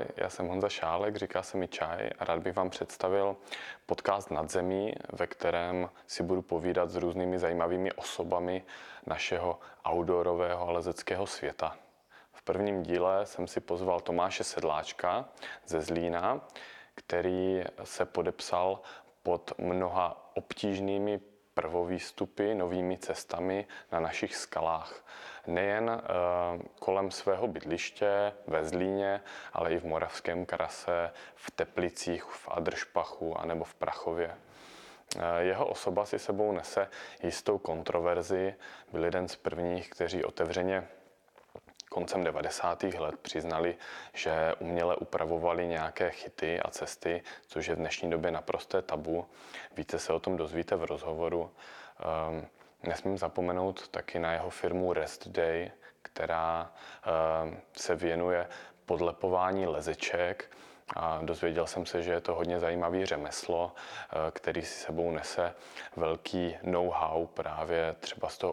Ahoj, já jsem Honza Šálek, říká se mi Čaj a rád bych vám představil podcast Nad zemí, ve kterém si budu povídat s různými zajímavými osobami našeho outdoorového a lezeckého světa. V prvním díle jsem si pozval Tomáše Sedláčka ze Zlína, který se podepsal pod mnoha obtížnými prvovýstupy, novými cestami na našich skalách. Nejen kolem svého bydliště ve Zlíně, ale i v Moravském Krase, v Teplicích, v Adršpachu anebo v Prachově. Jeho osoba si sebou nese jistou kontroverzi. Byl jeden z prvních, kteří otevřeně koncem 90. let přiznali, že uměle upravovali nějaké chyty a cesty, což je v dnešní době naprosté tabu. Více se o tom dozvíte v rozhovoru. Nesmím zapomenout taky na jeho firmu Rest Day, která se věnuje podlepování lezeček. A dozvěděl jsem se, že je to hodně zajímavý řemeslo, který si sebou nese velký know-how právě třeba z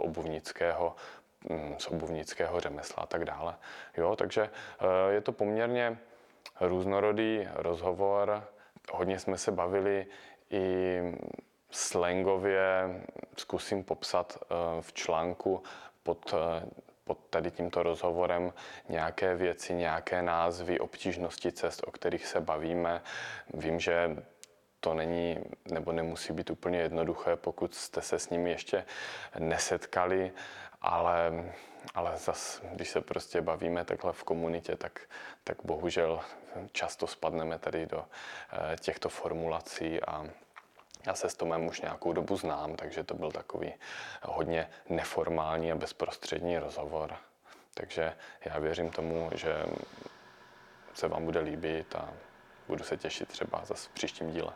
obuvnického řemesla a tak dále. Jo, takže je to poměrně různorodý rozhovor. Hodně jsme se bavili i slangově, zkusím popsat v článku pod tady tímto rozhovorem nějaké věci, nějaké názvy, obtížnosti cest, o kterých se bavíme. Vím, že to není nebo nemusí být úplně jednoduché, pokud jste se s nimi ještě nesetkali, ale zas, když se prostě bavíme takhle v komunitě, tak bohužel často spadneme tady do těchto formulací a já se s Tomem už nějakou dobu znám, takže to byl takový hodně neformální a bezprostřední rozhovor. Takže já věřím tomu, že se vám bude líbit a budu se těšit třeba zase v příštím díle.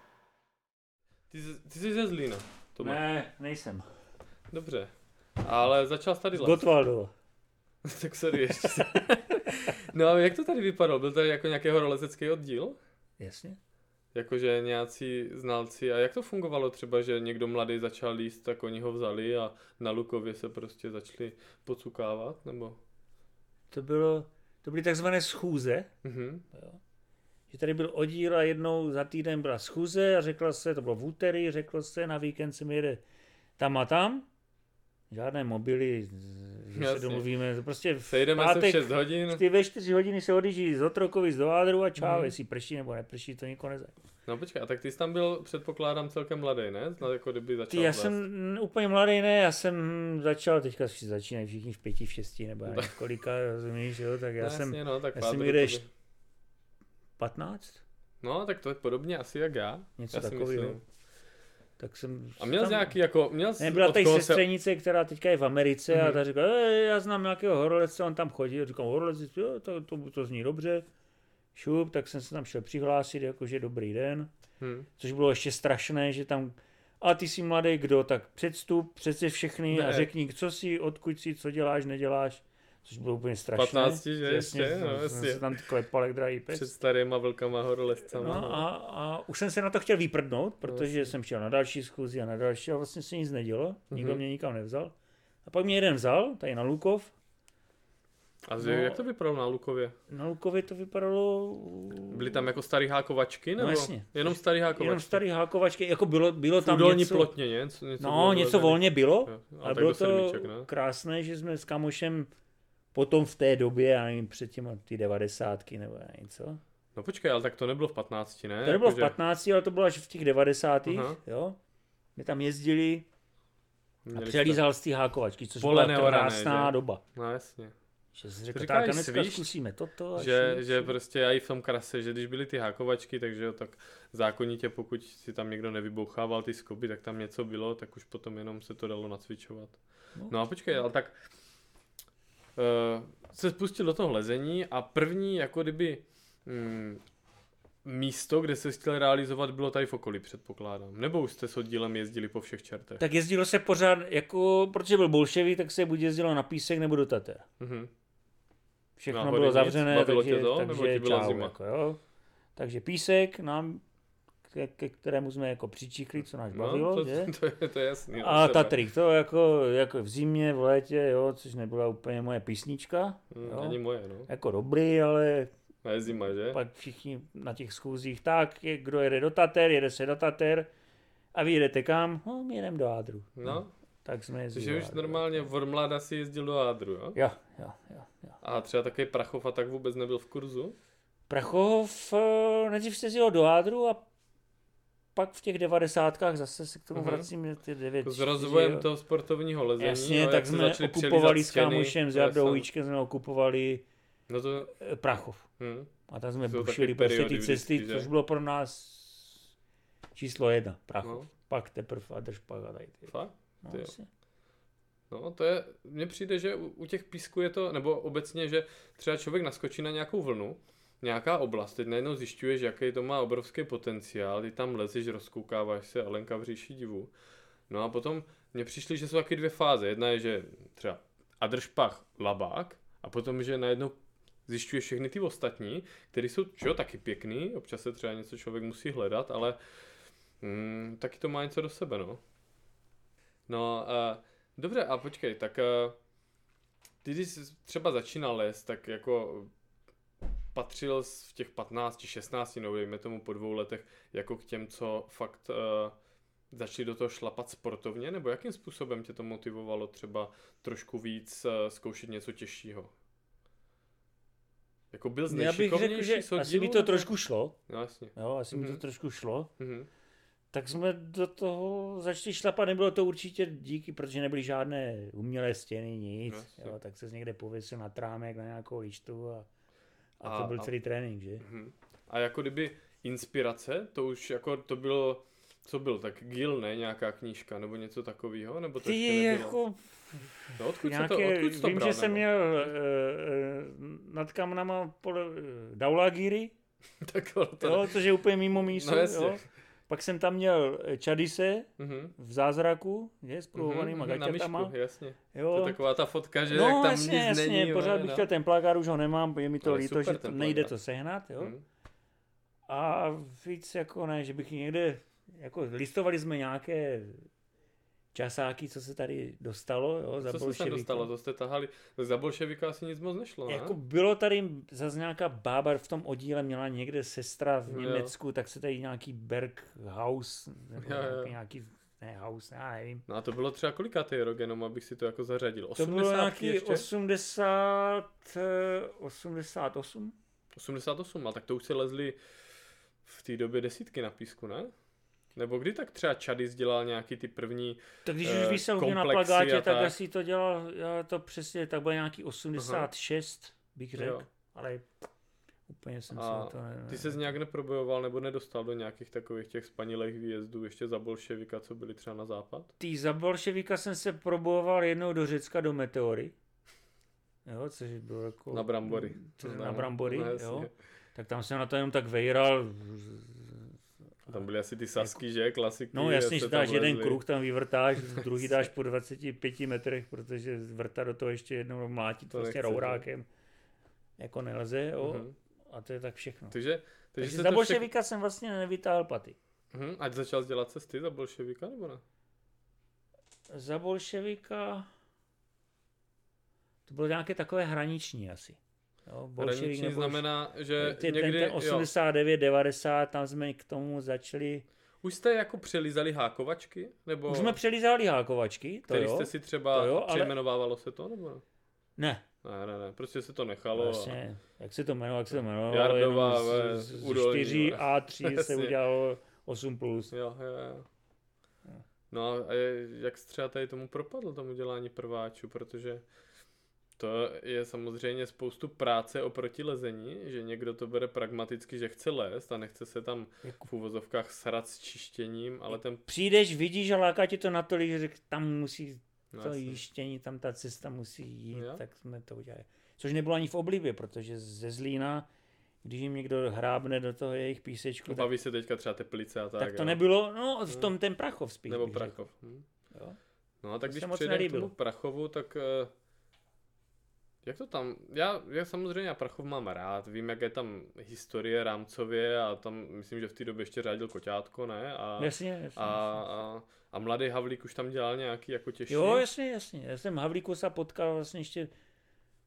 Ty jsi ze Zlína, Tomáš? Ne, nejsem. Dobře, ale začal jsi tady z Gotwaldova. Tak sorry ještě. No a jak to tady vypadalo? Byl tady jako nějaký horolezecký oddíl? Jasně. Jakože nějací znalci. A jak to fungovalo třeba, že někdo mladý začal líst, tak oni ho vzali a na Lukově se prostě začali pocukávat, nebo? To byly takzvané schůze. Mm-hmm. Jo. Že tady byl oddíl a jednou za týden byla schůze a řeklo se, to bylo v úterý, řeklo se, na víkend se mi jede tam a tam. Žádné mobily, že se domluvíme, to prostě sejdeme se v 6 hodin. Ty ve 4 hodiny se odjíždí z Otrokovic do Ádru a čau, jestli prší nebo neprší, to nikoho nezajímá. No počkej, a tak ty jsi tam byl, předpokládám, celkem mladý, ne? Jako kdyby začal Já jsem úplně mladý, ne, já jsem začal, teďka začínají všichni v 5, v 6, nebo já nevím kolika, rozumíš, jo, tak já jsem někde 15. No, tak to je podobně asi jak já. Něco takového. Tak jsem a měl jsi nějaký jako... Byla tady sestřenice, která teďka je v Americe a ta říká, já znám nějakého horolezce, on tam chodí. A říkám, horolezce, jo, to zní dobře. Šup, tak jsem se tam šel přihlásit, jakože dobrý den. Což bylo ještě strašné, že tam... A ty jsi mladý, kdo? Tak předstup, přece všechny a řekni, co jsi, odkud jsi, co děláš, neděláš. Což bylo úplně strašné. 15, že ještě? No, jsem se tam klepal jak drahý pes. Před starýma vlkama horolezcama. No a už jsem se na to chtěl vyprdnout, protože jsem šel na další schůzi a na další a vlastně se nic nedělo. Nikdo mě nikam nevzal. A pak mě jeden vzal, tady na Lukov. A jak to vypadalo na Lukově? Na Lukově to vypadalo... Byly tam jako starý hákovačky? Nebo? No jasně. Jenom starý hákovačky? Jenom starý hákovačky, jako bylo tam Udolní něco... plotně, něco něco volně bylo, jo, ale bylo to krásné, že jsme s kamošem potom v té době, já nevím, před ty 90. nebo něco. No počkej, ale tak to nebylo v 15, ne? To nebylo v 15, ale to bylo až v těch 90. Jo. My tam jezdili a přelízal z té hákovačky, což byla krásná doba. No jasně. Že jsi řekl, tak dneska zkusíme toto. Že prostě i v tom Krase, že když byly ty hákovačky, takže jo, tak zákonitě, pokud si tam někdo nevybouchával ty skoby, tak tam něco bylo, tak už potom jenom se to dalo nacvičovat. No a počkej, ale tak se spustil do toho lezení a první jako kdyby místo, kde se chtěl realizovat, bylo tady v okolí, předpokládám. Nebo už jste s oddílem jezdili po všech čertech? Tak jezdilo se pořád, jako, protože byl bolševik, tak se buď jezdilo na Písek nebo do Tater. Všechno bylo zavřené, takže čau, jako, jo. Takže Písek nám, ke kterému jsme jako přičíchli, co nás bavilo, že? To je jasný. A Tatry, to jako v zimě, v létě, jo, což nebyla úplně moje písnička. Jo. Ani moje, no. Jako dobrý, ale A je zima, že? Pak všichni na těch schůzích, tak, kdo jede do Tater, jede se do Tater. A vy jedete kam? No, my jedeme do Ádru. No. Tak jsme jezdili. Takže už normálně od mláda si jezdil do Ádru, jo? Jo. A třeba takový Prachov a tak vůbec nebyl v kurzu? Prachov, nejdřív jste jel do Ádru a pak v těch 90kách zase se k tomu vracím, ty 9. S rozvojem toho sportovního lezení. Jasně, tak jsme okupovali s kámošem, s Jardou Hůjčkem jsme okupovali Prachov. A tam jsme bušili prostě ty cesty, což bylo pro nás číslo 1, Prachov. No. Pak teprve Adršpach a tady. Fakt? No, to je, mně přijde, že u těch písků je to, nebo obecně, že třeba člověk naskočí na nějakou vlnu, nějaká oblast, teď najednou zjišťuješ, jaký to má obrovský potenciál, ty tam lezeš, rozkoukáváš se, Alenka v říši divu. No a potom mně přišly, že jsou taky 2 fáze. Jedna je, že třeba Adršpach, Labák, a potom, že najednou zjišťuješ všechny ty ostatní, které jsou taky pěkný, občas se třeba něco člověk musí hledat, ale taky to má něco do sebe, no. No, dobře, a počkej, tak ty, když jsi třeba začínal les, tak jako patřil v těch 15, 16, no dejme tomu po 2 letech, jako k těm, co fakt začali do toho šlapat sportovně, nebo jakým způsobem tě to motivovalo třeba trošku víc zkoušet něco těžšího? Jako byl nejšikovnější? Já bych řekl, že asi mi to trošku šlo. No, jasně. Jo, asi mi to trošku šlo. Tak jsme do toho začali šlapat, nebylo to určitě díky, protože nebyly žádné umělé stěny, nic. Jo, tak se někde pověsil na trámek, na nějakou lištu a to byl celý trénink, že? A jako kdyby inspirace, to už jako to bylo, co bylo, tak Gil, ne? Nějaká knížka, nebo něco takového, nebo to ještě nebylo? Jako... No, odkud nějaké, to vím, bral, že jsem měl nad kamnama Daulagíry, což je úplně mimo místo. No, pak jsem tam měl Čadise v zázraku, s pruhovanýma gaťatama. Na myšku, jasně. Jo. To je taková ta fotka, že no, jak tam jasně, nic není. Pořád bych chtěl ten plakát, už ho nemám, je mi to líto, že to nejde to sehnat. Jo. A víc jako ne, že bych někde, jako listovali jsme nějaké časáky, co se tady dostalo, jo, za bolševika. Co se tam dostalo, to jste tahali, za bolševika asi nic moc nešlo, ne? Jako bylo tady zase nějaká bába v tom oddíle, měla někde sestra v Německu, tak se tady nějaký Berghaus, nebo nějaký, ne, Haus, já nevím. No a to bylo třeba kolikátý rok, jenom abych si to jako zařadil? 80 to bylo nějaký 88? 88, a tak to už se lezli v té době 10 na písku, ne? Nebo kdy tak třeba Čadis dělal nějaký ty první tak když už vysel na plagátě, tak asi to dělal, já to přesně, tak byl nějaký 86, bych řekl, ale úplně jsem se to ty ses nějak neprobojoval nebo nedostal do nějakých takových těch spanilých výjezdů ještě za bolševika, co byli třeba na západ? Za bolševika jsem se probojoval jednou do Řecka, do Meteory, jo, což bylo jako... Na brambory. Na brambory, jo. Tak tam jsem na to jenom tak vejral. Tam byly asi ty sasky, že? Klasiky. No jasně, že dáš jeden kruh, tam vyvrtáš, druhý dáš po 25 metrech, protože vrta do toho ještě jednou mlátit to vlastně rourákem. Jako nelze, jo. A to je tak všechno. Takže za bolševika jsem vlastně nevytáhl paty. Ať začal dělat cesty za bolševika, nebo ne? Za bolševika to bylo nějaké takové hraniční asi. Jo, hraniční znamená, že někdy... Ten 89, 90, tam jsme k tomu začali... Už jste jako přelízali hákovačky? Nebo... Už jsme přelízali hákovačky, to který jste si třeba přejmenovávalo se to, nebo ne? Ne, prostě se to nechalo. Vlastně, jak se to jmenovalo, Jardová, z 4 A3 se udělalo 8+. Jo. No a jak třeba tady tomu propadlo, tomu dělání prváčů, protože to je samozřejmě spoustu práce oproti lezení, že někdo to bere pragmaticky, že chce lézt a nechce se tam v uvozovkách srat s čištěním, ale ten... Přijdeš, vidíš a láká tě to natolik, že tam musí to jištění, tam ta cesta musí jít, tak jsme to udělali. Což nebylo ani v oblibě, protože ze Zlína, když jim někdo hrábne do toho jejich písečku... Baví se teďka třeba Teplice a tak. Tak to nebylo, no v tom ten Prachov spíš. Nebo Prachov. Jo. No a tak když přijdeme k tomu Prachovu, tak... Jak to tam? Já samozřejmě Prachov mám rád, vím, jak je tam historie rámcově a tam myslím, že v té době ještě řádil Koťátko, ne? Jasně. A mladý Havlík už tam dělal nějaký jako těžší? Jo, jasně. Já jsem Havlíku se potkal vlastně ještě...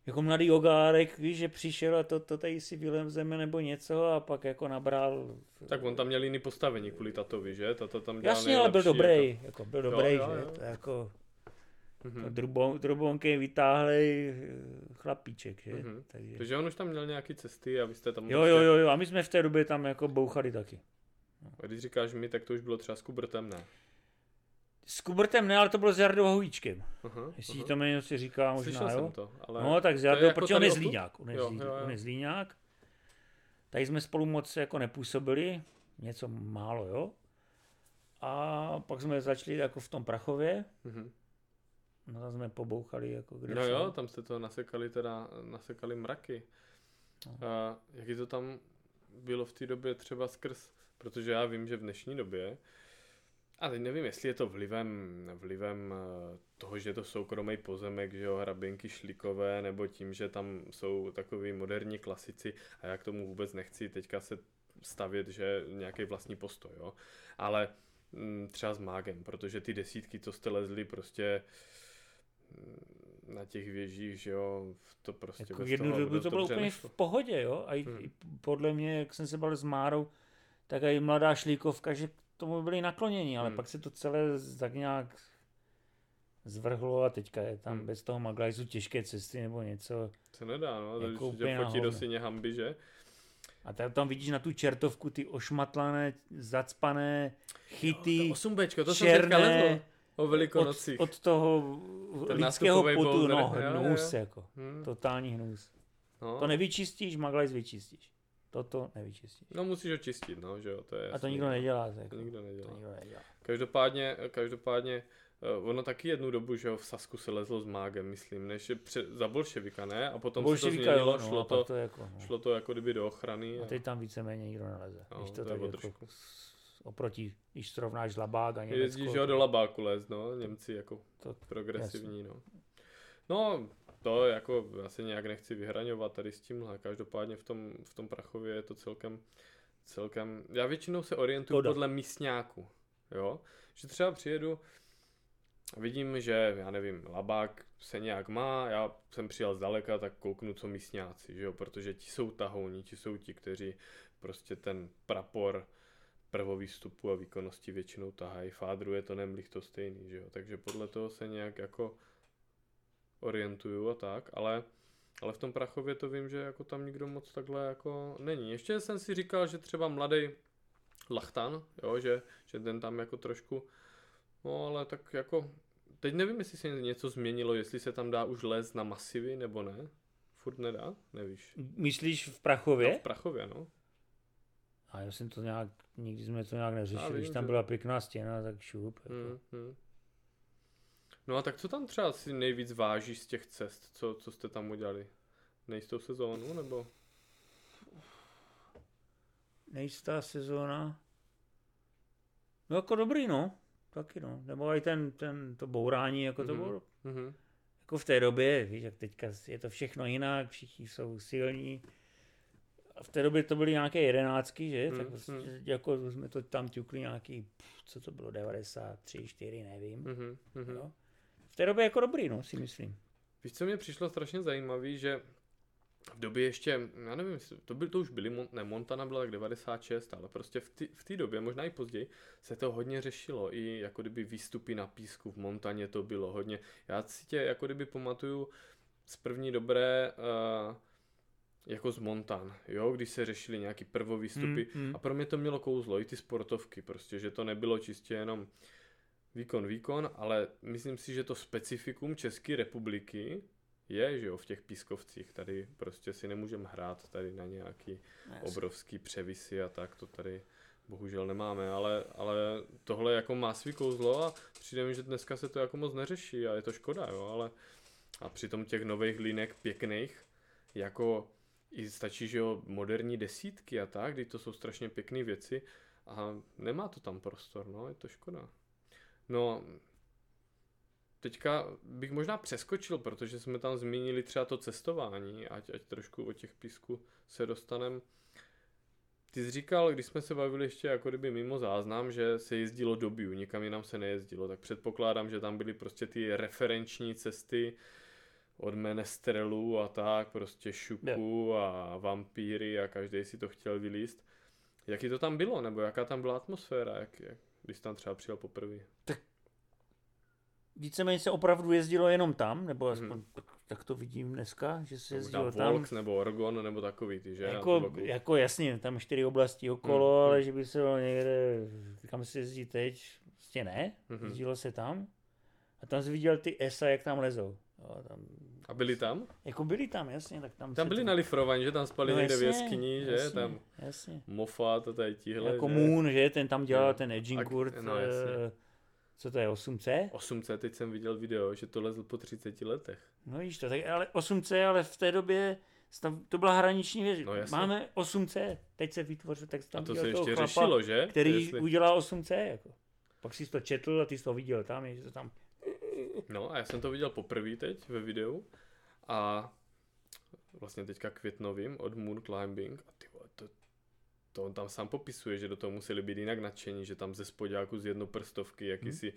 jako mladý jogárek, víš, že přišel a to tady si vylezeme nebo něco a pak jako nabral. Tak on tam měl jiný postavení kvůli tatovi, že? Tato tam dělal Jasně, ale byl nejlepší, dobrý, jako byl dobrý, jo, že? jo. To je jako Mhm. drobonky vytáhlej chlapíček, že? Mhm. Takže... Takže on už tam měl nějaký cesty a vy jste tam... Jo, a my jsme v té době tam jako bouchali taky. A když říkáš my, tak to už bylo třeba s Kubertem, ne? S Kubertem ne, ale to bylo s Jardou Hojíčkem. Aha, Jestli ti to jméno si říká možná, Slyšel jo? jsem to, ale... No, tak s to je Jardou, jako protože on tady je odtud? Zlíňák. On je Zlíňák. Tady jsme spolu moc jako nepůsobili, něco málo, jo? A pak jsme začali jako v tom Prachově. Mhm. No tam jsme pobouchali jako kde No co. jo, tam jste to nasekali mraky. No. A jaký to tam bylo v té době třeba skrz, protože já vím, že v dnešní době, a teď nevím, jestli je to vlivem toho, že je to soukromý pozemek, že jo, hraběnky Šlikové, nebo tím, že tam jsou takový moderní klasici a já k tomu vůbec nechci teďka se stavět, že nějaký vlastní postoj, jo, ale třeba s Mágem, protože ty desítky, co jste lezli prostě na těch věžích, že jo, to prostě Jako bez jednu toho dobu to bylo dobře úplně nešlo. v pohodě, jo? A i podle mě, jak jsem se bavil s Márou, tak i mladá Šlíkovka, že k tomu byli nakloněni, ale pak se to celé tak nějak zvrhlo a teďka je tam bez toho Maglajzu těžké cesty nebo něco. Se nedá, no, Jako když úplně tě na fotí do hovno. syně hamby, že? A tam vidíš na tu čertovku ty ošmatlané, zacpané chyty, 8Bčko, to jsem teďka černé, lezl o Velikonocích. od toho Ten lidského nástupovej potu, boulder, no, jo, hnus, jo. jako, Hmm. totální hnus. No. To nevyčistíš, Maglajz vyčistíš. Toto nevyčistíš. No musíš ho čistit, no, že jo, to je jasný. A to nikdo nedělá. Tak. To nikdo nedělá. To nikdo nedělá. Každopádně ono taky jednu dobu, že jo, v Sasku se lezlo s Mágem, myslím, než za bolševika, ne? A potom se to Bolševika, změnilo, jo, no, šlo, a pak to jako, no. šlo to jako kdyby do ochrany. A teď tam víceméně nikdo neleze. No, Když to to je tak o jako trošku. oproti, když srovnáš Labák a Německo. Jezdíš jo, do Labáku les, no, Němci jako To- progresivní, no. No, to jako asi nějak nechci vyhraňovat tady s tímhle, každopádně v tom Prachově je to celkem, já většinou se orientuju Škoda. podle místňáku, jo, že třeba přijedu, vidím, že, já nevím, Labák se nějak má, já jsem přijel zdaleka, tak kouknu, co místňáci, že jo, protože ti jsou tahouni, ti jsou ti, kteří prostě ten prapor prvovýstupu a výkonnosti většinou tahají, fádruje to nemlich to stejný, že jo, takže podle toho se nějak jako orientuju a tak, ale v tom Prachově to vím, že jako tam nikdo moc takhle jako není. Ještě jsem si říkal, že třeba mladý Lachtan, jo, že ten tam jako trošku, no ale tak jako, teď nevím, jestli se něco změnilo, jestli se tam dá už lézt na masivy, nebo ne. Furt nedá, nevíš. Myslíš v Prachově? No, v Prachově, no. A já jsem to nějak, nikdy jsme to nějak neřešili, vím, když tam že- byla pěkná stěna, tak šup. Jako. Hmm. No a tak co tam třeba si nejvíc vážíš z těch cest, co jste tam udělali? Nejistou sezónu, nebo? Nejistá sezóna. No jako dobrý, no. Taky no. Nebo i to bourání, jako to bylo Mhm. jako v té době, víš, jak teďka je to všechno jinak, všichni jsou silní. A v té době to byly nějaké 11, že? Tak prostě, jako jsme to tam ťukli nějaký, co to bylo, 93, 4, nevím. Mhm. Jo? V té době jako dobrý, no, si myslím. Víš, co mě přišlo strašně zajímavý, že v době ještě, já nevím, to už byly, ne, Montana byla tak 96, ale prostě v té době, možná i později, se to hodně řešilo, i jako kdyby výstupy na písku v Montaně to bylo hodně. Já si tě jako kdyby pamatuju z první dobré, jako z Montan, jo, když se řešili nějaký prvovýstupy a pro mě to mělo kouzlo, i ty sportovky prostě, že to nebylo čistě jenom výkon, ale myslím si, že to specifikum České republiky je, že jo, v těch pískovcích, tady prostě si nemůžeme hrát tady na nějaký obrovský převisy a tak, to tady bohužel nemáme, ale tohle jako má svý kouzlo a přijde mi, že dneska se to jako moc neřeší a je to škoda, jo, ale a přitom těch nových linek pěkných, jako i stačí, že jo, moderní desítky a tak, kdy to jsou strašně pěkné věci a nemá to tam prostor, no, je to škoda. No, teďka bych možná přeskočil, protože jsme tam zmínili třeba to cestování, ať trošku o těch písků se dostanem. Ty jsi říkal, když jsme se bavili ještě jako kdyby mimo záznam, že se jezdilo do Biu, nikam jinam se nejezdilo, tak předpokládám, že tam byly prostě ty referenční cesty od menestrelů a tak, prostě šuku a vampíry a každý si to chtěl vylíst. Jaký to tam bylo, nebo jaká tam byla atmosféra, když tam třeba přijel poprvé? Víceméně se opravdu jezdilo jenom tam, nebo aspoň tak to vidím dneska, že se jezdilo tam. Volks nebo Oregon, nebo takový ty, že? Jako jasně, tam 4 oblasti okolo, ale že by se bylo někde, kam se jezdí teď, prostě ne, jezdilo se tam. A tam jsi viděl ty ESA, jak tam lezou. Jo, tam... A byli tam? Jako byli tam, jasně. Tak tam byli nalifrovaní, že tam spali někde v jeskyni, že? Jasně, tam jasně. Moffat a tady tihle, jako že? Moon, že? Ten tam dělal ten Edgincourt. No, co to je, 8C? 8C, teď jsem viděl video, že to lezl po 30 letech. No víš to, tak, ale 8C, ale v té době to byla hraniční věc. No, máme 8C, teď se vytvořil, tak tam a to se ještě chlapa, řešilo, že? Který udělal 8C, jako. Pak jsi to četl a ty jsi to viděl tam, že to tam... No a já jsem to viděl poprvé teď ve videu a vlastně teďka květnovým od Moon Climbing a ty vole, to on tam sám popisuje, že do toho museli být jinak nadšení, že tam ze spoďáku z jednoprstovky jakýsi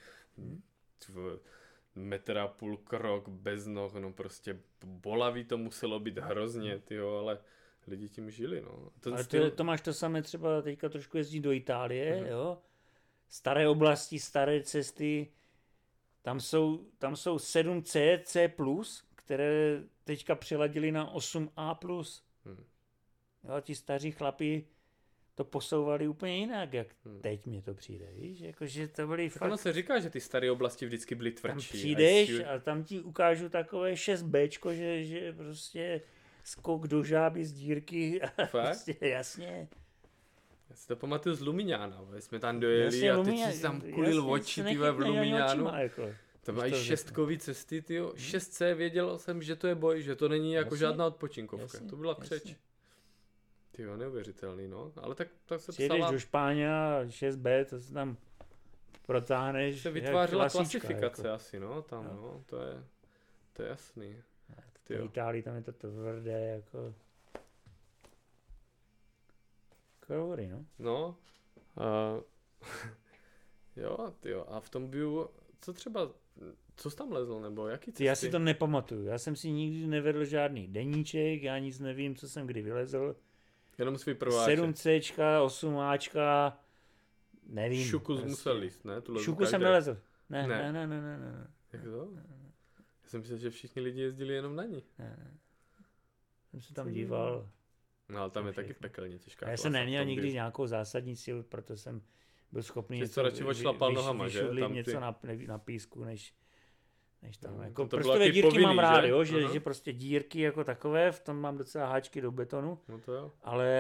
metr a půl krok bez noh, no prostě bolavý to muselo být hrozně, tyjo, ale lidi tím žili, no. To máš to samé třeba teďka trošku jezdí do Itálie, jo. Staré oblasti, staré cesty, tam jsou 7C, C+, které teďka přeladili na 8A+. Jo, ti staří chlapi to posouvali úplně jinak, jak teď mi to přijde, víš, jakože to byly fakt... Ono se říká, že ty staré oblasti vždycky byly tvrdší. Tam přijdeš a tam ti ukážu takové 6Bčko, že prostě skok do žáby z dírky a prostě jasně. Já si to pamatuju z Lumiňána, jsme tam dojeli a teď si tam kulil oči v Lumiňánu. To mají 6kový cesty, tyjo. 6C věděl jsem, že to je boj, že to není jako žádná odpočinkovka. To byla křeč. Tyjo, neuvěřitelný, no. Ale tak se psala... Přijedeš do Špáňa, 6B, to se tam protáhneš. Se vytvářela klasifikace jako. Asi, no, tam, no, to je jasný. V Itálii tam je to tvrdé, jako... Kory, no. No. Jo, tyjo, a v tom Biu, co jsi tam lezl, nebo jaký cesty? Já si to nepamatuju, já jsem si nikdy nevedl žádný deníček, já nic nevím, co jsem kdy vylezl. Jenom svůj prváček. 7Cčka, 8Ačka, nevím. Šuku jsi musel líst, ne? Šuku jsem nelezl. Ne. Jak to? Já jsem myslel, že všichni lidi jezdili jenom na ní. Ne. Jsem se tam díval. No ale tam je taky pekelně těžká. Já jsem neměl nikdy nějakou zásadní sílu, proto jsem byl schopný něco vyšudlit něco na písku, než tam. Jako to prostě dírky povinný, mám rád, jo, že prostě dírky jako takové, v tom mám docela háčky do betonu. No to jo.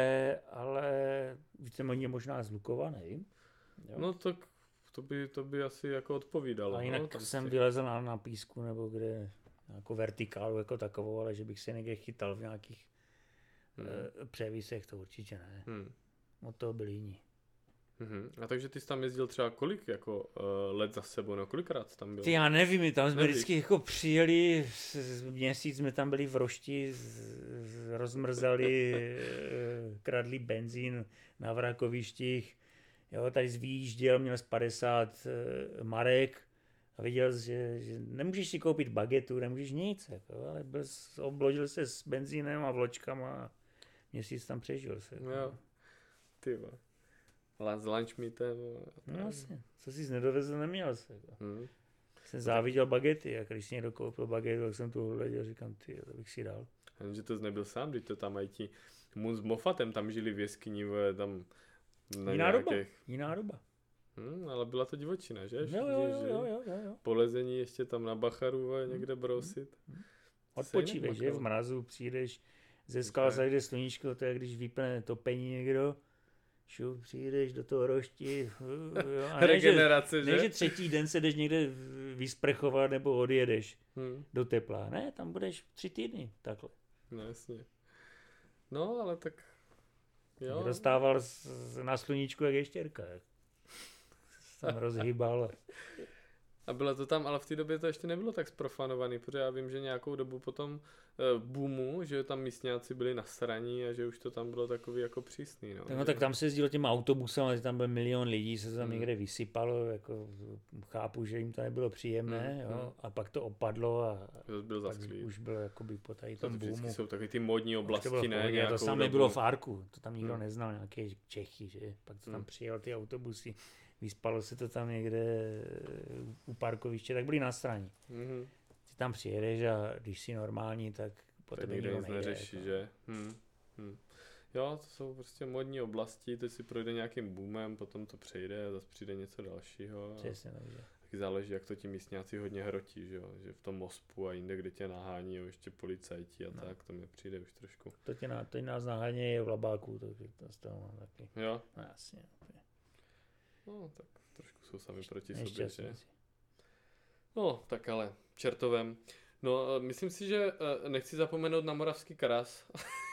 Ale víceméně možná z Lukova, nevím. Jo. No tak to by asi jako odpovídalo. A jinak jsem vylezl na písku nebo kde jako vertikálu jako takovou, ale že bych se někde chytal v nějakých převisech, to určitě ne. Od toho byli jiní. A takže ty jsi tam jezdil třeba kolik jako let za sebou, no kolikrát jsi tam byl? Já nevím, tam jsme vždycky jako přijeli, měsíc jsme tam byli v rošti, rozmrzali, kradli benzín na vrakovištích, jo, tady vyjížděl, měl z 50 marek a viděl, že nemůžeš si koupit bagetu, nemůžeš nic, jako, ale obložil se s benzínem a vločkama a měsíc tam přežil se. Jako. Jo, ty vole. S lunch meatem. No jasně, co jsi nedovezl, neměl se. Jsem záviděl bagety a když si někdo koupil bagetu, tak jsem tu hleděl, říkám, to bych si dal. Že to nebyl sám, když to tam mají ti Moon s Moffatem, tam žili v jeskyni, tam na Jiná doba. Ale byla to divočina, že? Jo. Polezení ještě tam na Bacharu někde brousit. Odpočívej, že? V mrazu přijdeš, ze skal zajde sluníčko, to je když vypne topení někdo. Přijdeš do toho rošti. Regenerace, že? Ne, že třetí den se jdeš někde vysprchovat nebo odjedeš do tepla. Ne, tam budeš 3 týdny, takhle. No jasně. No, ale tak... Jo. A bylo to tam, ale v té době to ještě nebylo tak zprofanovaný, protože já vím, že nějakou dobu potom boomu, že tam místňáci byli nasraní a že už to tam bylo takový jako přísný. No, tak tam se jezdilo těma autobusem, ale tam byl 1 milion lidí, se tam někde vysypalo, jako chápu, že jim to nebylo příjemné, jo, a pak to opadlo a byl pak už bylo jakoby po tady tom boomu. Vždycky jsou takový ty módní oblasti, ne? To samé bylo v Arku, to tam nikdo neznal, nějaké Čechy, že? Pak to tam přijel ty autobusy, vyspalo se to tam někde u parkoviště, tak byli na straně. Ty tam přijedeš a když jsi normální, tak po tebe nikdo nejde. Neřeší, jako. Že? Jo, to jsou prostě modní oblasti, teď si projde nějakým boomem, potom to přejde a zase přijde něco dalšího. Přesně, takže. Taky záleží, jak to ti místňáci hodně hrotí, že jo? Že v tom Mospu a jinde, kde tě nahání ještě policajti a tak, to mi přijde už trošku. To nás nahání je v Labáku, to z toho mám taky. Jo? No jasně. No, tak trošku jsou sami proti sobě, že? No, tak ale čertovem. No, myslím si, že nechci zapomenout na moravský kras.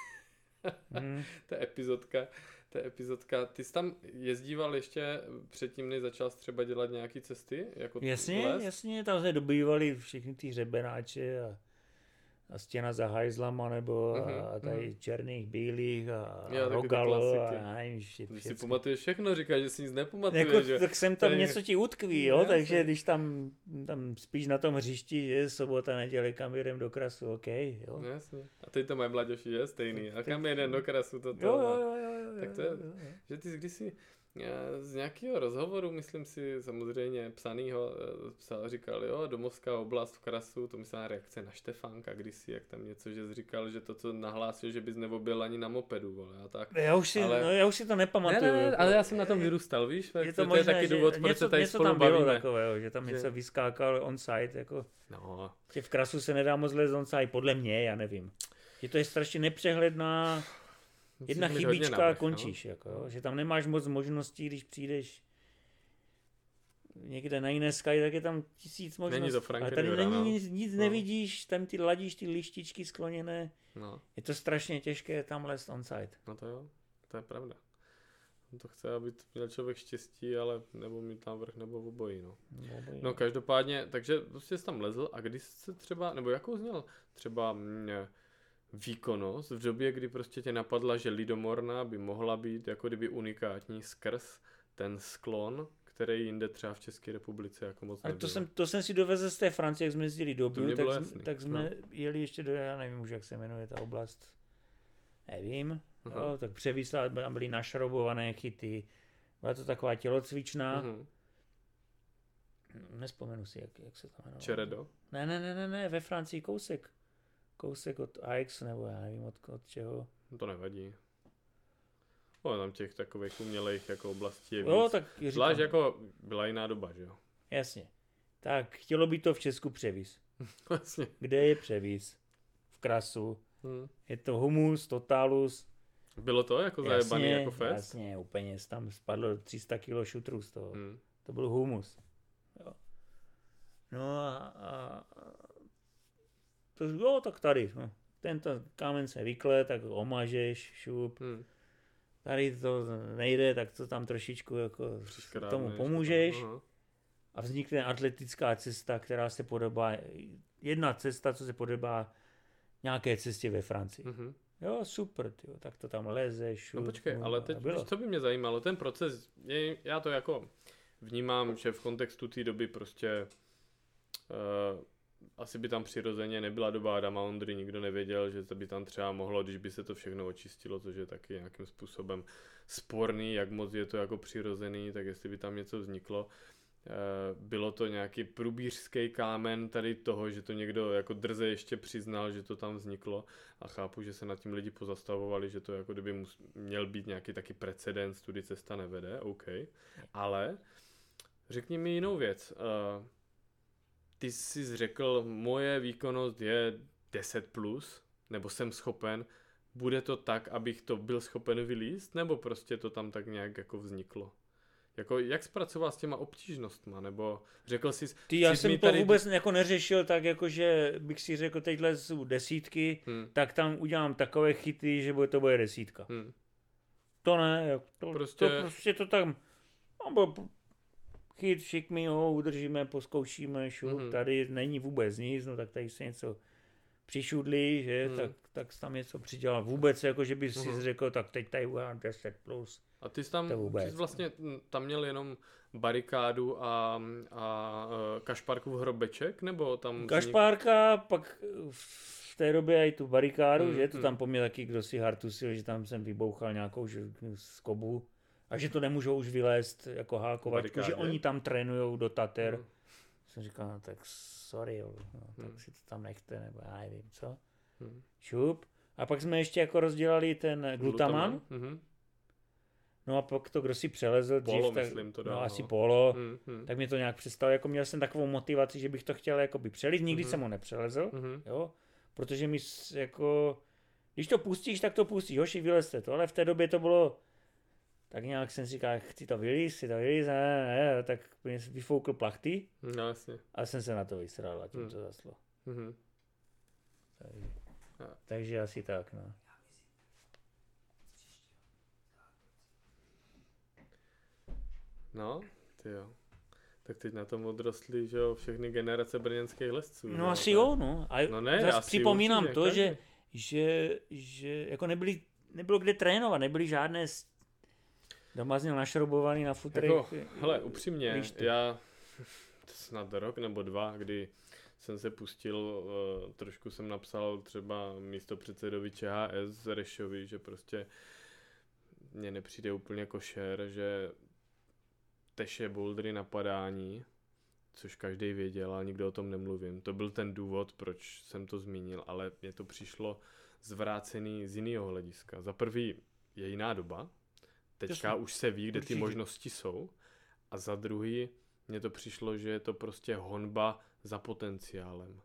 To je epizodka. Ty jsi tam jezdíval ještě předtím, než začal třeba dělat nějaký cesty? Jako jasně, tam se dobývali všechny ty hřebenáče a Stěna za hajzlama, nebo a tady černých, bílých a Rogalo a nevím, Když si pamatuješ všechno, říkáš, že si nic nepamatuješ. Jako, že? Tak sem tam něco ti utkví, jo, takže když tam spíš na tom hřišti, že sobota, neděle, kam jedem do Krasu, OK, jo. Jasně. A teď to mají mladěši, že? Stejný. A kam jedem do Krasu, to. Jo. Tak to je, že ty kdysi z nějakého rozhovoru, myslím si, samozřejmě psanýho, říkal, jo, domovská oblast v Krasu, to myslela reakce na Štefánka kdysi, jak tam něco, že jsi říkal, že to, co nahlásil, že bys neobjel ani na mopedu, vole, a tak. Já už si to nepamatuju. Ne, ale já jsem na tom vyrůstal, víš, je to je taky důvod, proč se tady spolu bavíme. Něco tam bylo takového, že tam něco vyskákal on-site, jako. No. V Krasu se nedá moc lézt on-site, podle mě, já nevím. Že to je strašně nepřehledná. Jedna chybička a končíš, no? Jako, že tam nemáš moc možností, když přijdeš někde na jiné Sky, tak je tam 1000 možností. Není to Frank ale tady Riviera, nic nevidíš, tam ty ladíš ty lištičky skloněné. No. Je to strašně těžké tam lézt on-site. No to jo, to je pravda. To chce, aby měl člověk štěstí, ale nebo mít návrh, nebo obojí, no. No každopádně, takže prostě jsi tam lezl a když se třeba, nebo jakou jsi měl třeba výkonnost v době, kdy prostě tě napadla, že Lidomorna by mohla být jako kdyby unikátní skrz ten sklon, který jinde třeba v České republice jako moc nebyl. A to jsem si dovezl z té Francie, jak jsme jezdili do Biu, tak jsme jeli ještě do, já nevím už, jak se jmenuje ta oblast, nevím, jo, tak převisla, tam byly našrobované chyty, byla to taková tělocvičná, nespomenu si, jak se to jmenovalo. Čeredo? Ne, ve Francii kousek od Aix, nebo já nevím od čeho. To nevadí. Tam těch takových umělejch jako oblastí je víc. Tak zvlášť jako byla jiná doba, že jo? Jasně. Tak chtělo by to v Česku převis. Vlastně. Kde je převis? V Krasu. Je to humus, totálus. Bylo to jako zajebaný jako fest? Jasně, úplně tam spadlo 300 kg šutrů z toho. To byl humus. Jo. No a tak tady. No. Tento kámen se vykle, tak ho omažeš, šup. Tady to nejde, tak to tam trošičku jako tomu pomůžeš. A vznikne atletická cesta, která se podobá, jedna cesta, co se podobá nějaké cestě ve Francii. Jo, super, tyjo, tak to tam lezeš. Šup, no počkej, ale teď, co by mě zajímalo, ten proces, já to jako vnímám, že v kontextu té doby prostě asi by tam přirozeně nebyla doba Adama Ondry, nikdo nevěděl, že to by tam třeba mohlo, když by se to všechno očistilo, což je taky nějakým způsobem sporný, jak moc je to jako přirozený, tak jestli by tam něco vzniklo. Bylo to nějaký průbířský kámen tady toho, že to někdo jako drze ještě přiznal, že to tam vzniklo a chápu, že se nad tím lidi pozastavovali, že to jako kdyby měl být nějaký taky precedens, tudy cesta nevede, OK. Ale řekni mi jinou věc. Ty jsi řekl, moje výkonnost je 10+, nebo jsem schopen, bude to tak, abych to byl schopen vylízt, nebo prostě to tam tak nějak jako vzniklo? Jako, jak zpracoval s těma obtížnostma, nebo řekl jsi... Já jsem to tady vůbec jako neřešil tak, jako že bych si řekl, teďhle jsou desítky, tak tam udělám takové chyty, že to bude desítka. To ne, to tam... chyt, šikmi ho, udržíme, poskoušíme, šup, tady není vůbec nic, no tak tady se něco přišudli, že, tak tam něco přidělal. Vůbec, jako že by si řekl, tak teď tady udělám 10+. A ty jsi vlastně tam měl jenom barikádu a Kašpárkův hrobeček, nebo tam... Kašpárka, pak v té době i tu barikádu, že, to tam po mě taky kdo si hartusil, že tam jsem vybouchal nějakou skobu a že to nemůžou už vylézt jako hákovačku, že oni tam trénujou do Tater. Jsem říkal, no tak sorry, jo, no, tak si to tam nechte, nebo já nevím, co. Šup. A pak jsme ještě jako rozdělali ten glutaman. No a pak to, kdo si přelezl Polo, dřív, tak, myslím, to dál, no asi Polo, tak mě to nějak přestalo, jako měl jsem takovou motivaci, že bych to chtěl jakoby přelít, nikdy jsem ho nepřelezl, jo, protože mi jako, když to pustíš, tak to pustíš, hoši, vylezte to, ale v té době to bylo, tak nějak jsem si říkal, chci to vylíz, tak mě vyfoukl plachty, no, jasně. A jsem se na to vysral a tím to zaslo. Takže asi tak, no. No, tyjo. Tak teď na tom odrostly, že jo, všechny generace brněnských lesců. No asi jo, no. A no ne, zase připomínám určitě, to, že jako nebylo kde trénovat, nebyly žádné doma zněl našroubovaný na futrech. Jako, hele, upřímně, já snad rok nebo 2, kdy jsem se pustil, trošku jsem napsal třeba místopředsedovi ČHS Rešovi, že prostě mně nepřijde úplně košer, že teše bouldery na padání, což každý věděl, ale nikdo o tom nemluvím. To byl ten důvod, proč jsem to zmínil, ale mně to přišlo zvrácený z jiného hlediska. Za prvý je jiná doba, teďka už se ví, kde ty možnosti jsou, a za druhý mně to přišlo, že je to prostě honba za potenciálem.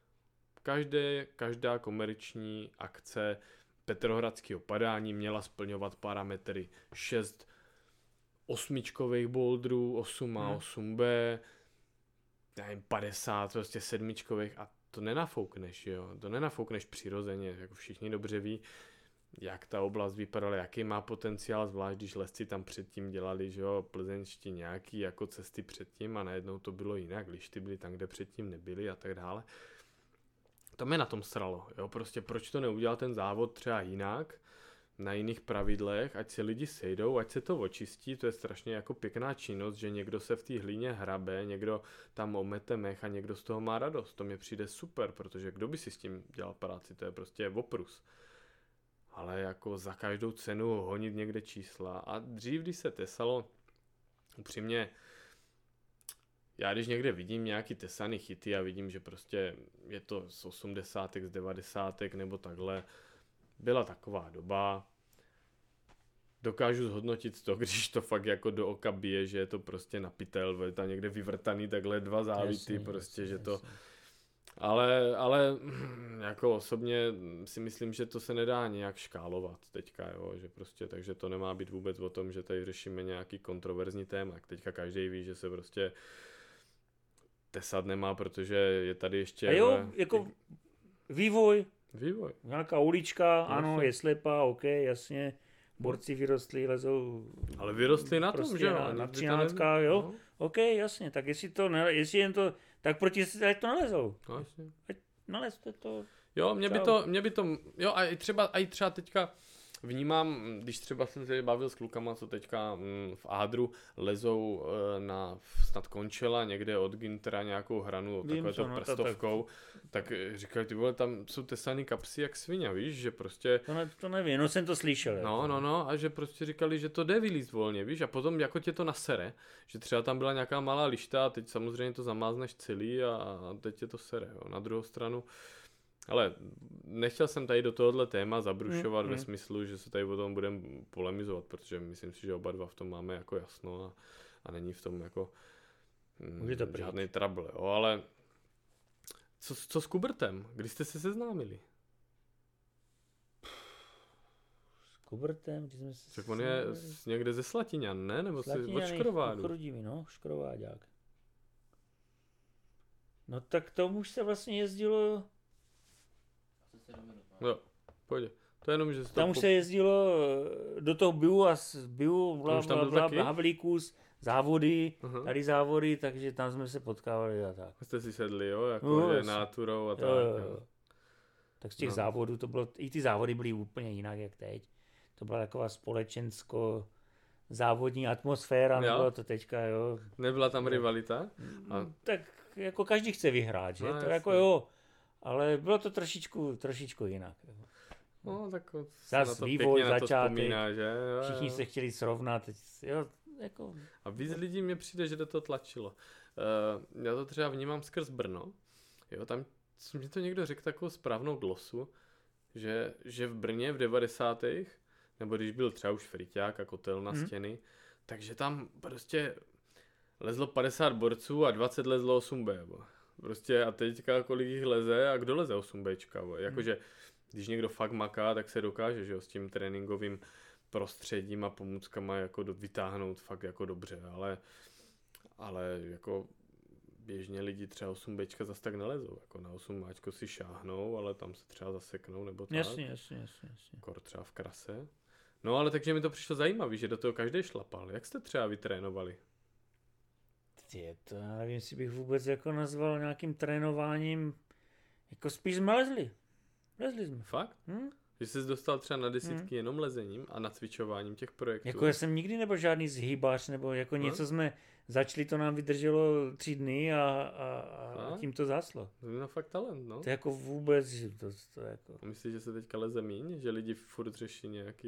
Každá komerční akce petrohradského padání měla splňovat parametry 6 osmičkových boulderů, 8A, 8B, nevím, 50, prostě sedmičkových, a to nenafoukneš, jo, to nenafoukneš přirozeně, jako všichni dobře ví, jak ta oblast vypadala, jaký má potenciál, zvlášť když lesci tam předtím dělali, že jo, plzeňští nějaký jako cesty předtím a najednou to bylo jinak, lišty byly tam, kde předtím nebyly a tak dále. To mě na tom sralo, jo, prostě proč to neudělal ten závod třeba jinak, na jiných pravidlech, ať se lidi sejdou, ať se to očistí, to je strašně jako pěkná činnost, že někdo se v té hlíně hrabe, někdo tam omete mech a někdo z toho má radost. To mi přijde super, protože kdo by si s tím dělal práci, to je prostě oprus. Ale jako za každou cenu honit někde čísla. A dřív, když se tesalo, upřímně, já když někde vidím nějaký tesaný chyty a vidím, že prostě je to z 80, z 90 nebo takhle, byla taková doba, dokážu zhodnotit to, když to fakt jako do oka bije, že je to prostě na pytel, tam někde vyvrtaný takhle 2 závity, prostě, že to... Ale jako osobně si myslím, že to se nedá nějak škálovat teďka, jo, že prostě, takže to nemá být vůbec o tom, že tady řešíme nějaký kontroverzní téma. Teďka každý ví, že se prostě tesat nemá, protože je tady ještě... A jo, jako vývoj. Nějaká ulička, jasně. Ano, je slepá, ok, jasně. Borci vyrostli, lezou... Ale vyrostli na prostě tom, že jo? Na 13, jo? No. Ok, jasně, tak jestli jen to... Tak proti ať to nalezou. No, jasně. Ať nalezte to. Jo, mě by to... Jo, a i třeba teďka vnímám, když třeba jsem se bavil s klukama, co teďka v Ádru lezou na snad Končela, někde od Gintera nějakou hranu takovéto prstovkou, tak říkají, ty vole, tam jsou tesaný kapsy jak svině, víš, že prostě... To nevím, no jsem to slyšel. No, a že prostě říkali, že to jde vylízt volně, víš, a potom jako tě to nasere, že třeba tam byla nějaká malá lišta a teď samozřejmě to zamázneš celý a teď tě to sere, jo. Na druhou stranu, ale nechtěl jsem tady do tohohle téma zabrušovat ve smyslu, že se tady o tom budeme polemizovat, protože myslím si, že oba dva v tom máme jako jasno a není v tom jako žádný trouble, jo, ale co s Kubertem? Kdy jste se seznámili? S Kubertem? Kdy jsme se tak on je někde ze Slatiňan, ne? Nebo od Škrovádu? Chrudimi, no, Škrováďák. No tak tomu už se vlastně jezdilo... Jo, pojď. To je jenom, že tam už se jezdilo do toho BIU a z BIU Havlíků závody, tady závody, takže tam jsme se potkávali a tak. Jste si sedli, jo? Jako náturou a tak. Jo. Tak z těch závodů to bylo, i ty závody byly úplně jinak, jak teď. To byla taková společensko závodní atmosféra, nebylo to teďka, jo. Nebyla tam rivalita? Tak jako každý chce vyhrát, že? To jako jo, ale bylo to trošičku jinak. No, tak zas vývoj, začátek, vzpomíná, že? Jo, všichni se chtěli srovnat, jo, jako... A víc lidí mě přijde, že do toho tlačilo. Já to třeba vnímám skrz Brno, jo, tam mi to někdo řekl takovou správnou glosu, že v Brně v 90. nebo když byl třeba už Friťák a kotel na stěny, takže tam prostě lezlo 50 borců a 20 lezlo 8B. Prostě a teďka kolik jich leze a kdo leze 8Bčka. Jakože když někdo fakt maká, tak se dokáže, že jo, s tím tréninkovým prostředím a pomůckama jako vytáhnout fakt jako dobře, ale jako běžně lidi třeba 8Bčka zase tak nelezou, jako na 8Ačko si šáhnou, ale tam se třeba zaseknou nebo tak. Jasně. Kor třeba v krase. No ale takže mi to přišlo zajímavé, že do toho každý šlapal. Jak jste třeba vytrénovali? To já nevím, jestli bych vůbec jako nazval nějakým trénováním, jako spíš jsme lezli. Lezli jsme. Fakt? Že jsi dostal třeba na desítky jenom lezením a nacvičováním těch projektů? Jako já jsem nikdy nebyl žádný zhýbač, nebo jako něco jsme začali, to nám vydrželo 3 dny a tím to zaslo. No fakt talent, no. To jako vůbec, to jako... Myslíš, že se teďka leze míň? Že lidi furt řeší nějaký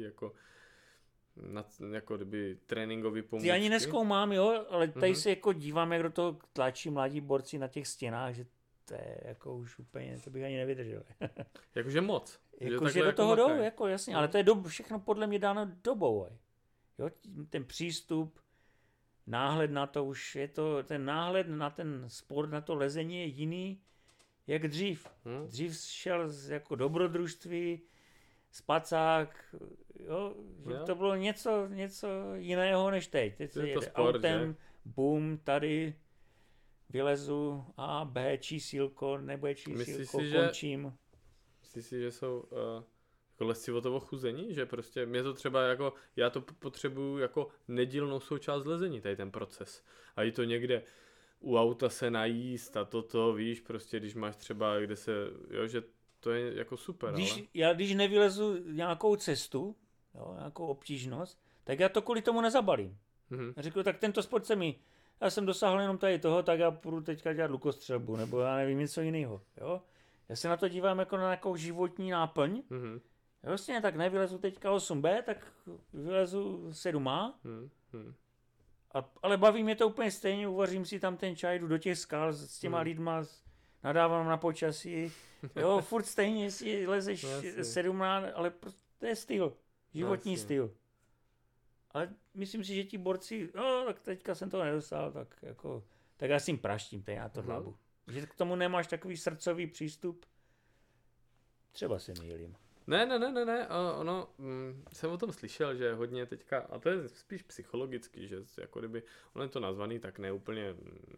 jako kdyby tréninkový pomůcky? Ty ani nezkoumám, jo, ale tady se jako dívám, jak do toho tlačí mladí borci na těch stěnách, že to je jako už úplně, to bych ani nevydržel. Jakože moc. Že do toho jdou, jako jasně, ale to je všechno podle mě dáno dobou. Jo, ten přístup, náhled na to už je to, ten náhled na ten sport, na to lezení je jiný, jak dřív. Dřív šel jako dobrodružství, spacák, jo, že to bylo něco jiného než teď. Teď se jede sport, autem, že? boom, tady vylezu A, B, čísílko, nebude čísílko, končím. Myslíš si, že jsou jako lezci o to ochuzení? Že prostě mě to třeba jako, já to potřebuju jako nedílnou součást lezení, tady ten proces. A i to někde u auta se najíst a toto, víš, prostě když máš třeba, kde se, jo, že to je jako super, Když nevylezu nějakou cestu, jo, nějakou obtížnost, tak já to kvůli tomu nezabalím. Já řeknu, tak tento sport já jsem dosáhl jenom tady toho, tak já půjdu teďka dělat lukostřelbu, nebo já nevím, něco jiného, jo. Já se na to dívám jako na nějakou životní náplň. Já vlastně tak nevylezu teďka 8B, tak vylezu 7A. Ale baví mě to úplně stejně, uvařím si tam ten čaj, jdu do těch skal s těma lidma, nadávám na počasí. Jo, furt stejně, jestli lezeš 7A, ale to je styl, životní styl. Ale myslím si, že ti borci, tak teďka jsem to nedostal, tak já s tím praštím, to já to hlavu. Že k tomu nemáš takový srdcový přístup, třeba se mýlím. Ne, ono, jsem o tom slyšel, že hodně teďka, a to je spíš psychologicky, že jako kdyby, ono je to nazvaný tak neúplně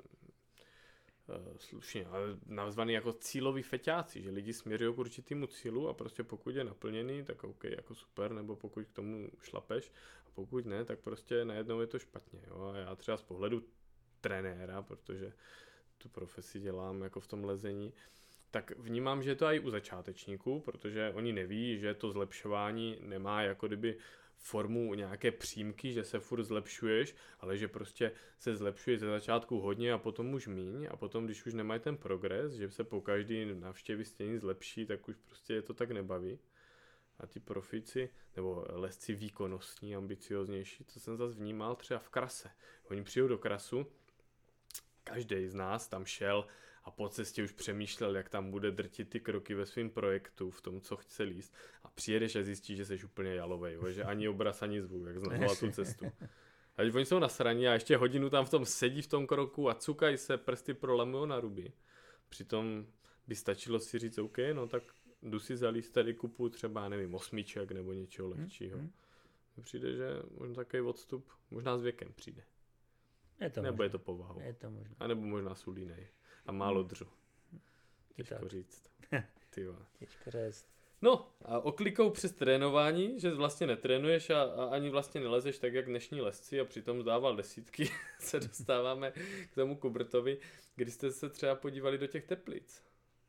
slušně, ale nazvaný jako cílový feťáci, že lidi směřují k určitému cílu a prostě pokud je naplněný, tak OK, jako super, nebo pokud k tomu šlapeš a pokud ne, tak prostě najednou je to špatně, jo, a já třeba z pohledu trenéra, protože tu profesi dělám jako v tom lezení, tak vnímám, že je to i u začátečníků, protože oni neví, že to zlepšování nemá jako kdyby formu nějaké přímky, že se furt zlepšuješ, ale že prostě se zlepšuje ze začátku hodně a potom už míň a potom, když už nemají ten progres, že se po každý návštěvě stění zlepší, tak už prostě je to tak nebaví. A ti profici, nebo lezci výkonnostní, ambicioznější, to jsem zase vnímal třeba v krase. Oni přijdou do krasu, každý z nás tam šel a po cestě už přemýšlel, jak tam bude drtit ty kroky ve svém projektu, v tom, co chce líst. A přijedeš a zjistíš, že jsi úplně jalovej, že ani obraz, ani zvuk, jak znamená tu cestu. A když oni jsou nasraní a ještě hodinu tam v tom sedí v tom kroku a cukají se, prsty prolamujou na ruby. Přitom by stačilo si říct, OK, no tak jdu si zalíst tady kupu třeba, nevím, 8 nebo něčeho lehčího. Přijde, že možná takový odstup, možná s věkem přijde. Nebo je to povahou. A nebo možná sulínej. A málo dřu. Těžko říct. Těžko říct. No a oklikou přes trénování, že vlastně netrénuješ a ani vlastně nelezeš tak, jak dnešní lezci a přitom zdával desítky, se dostáváme k tomu Kubertovi, kdy jste se třeba podívali do těch Teplic.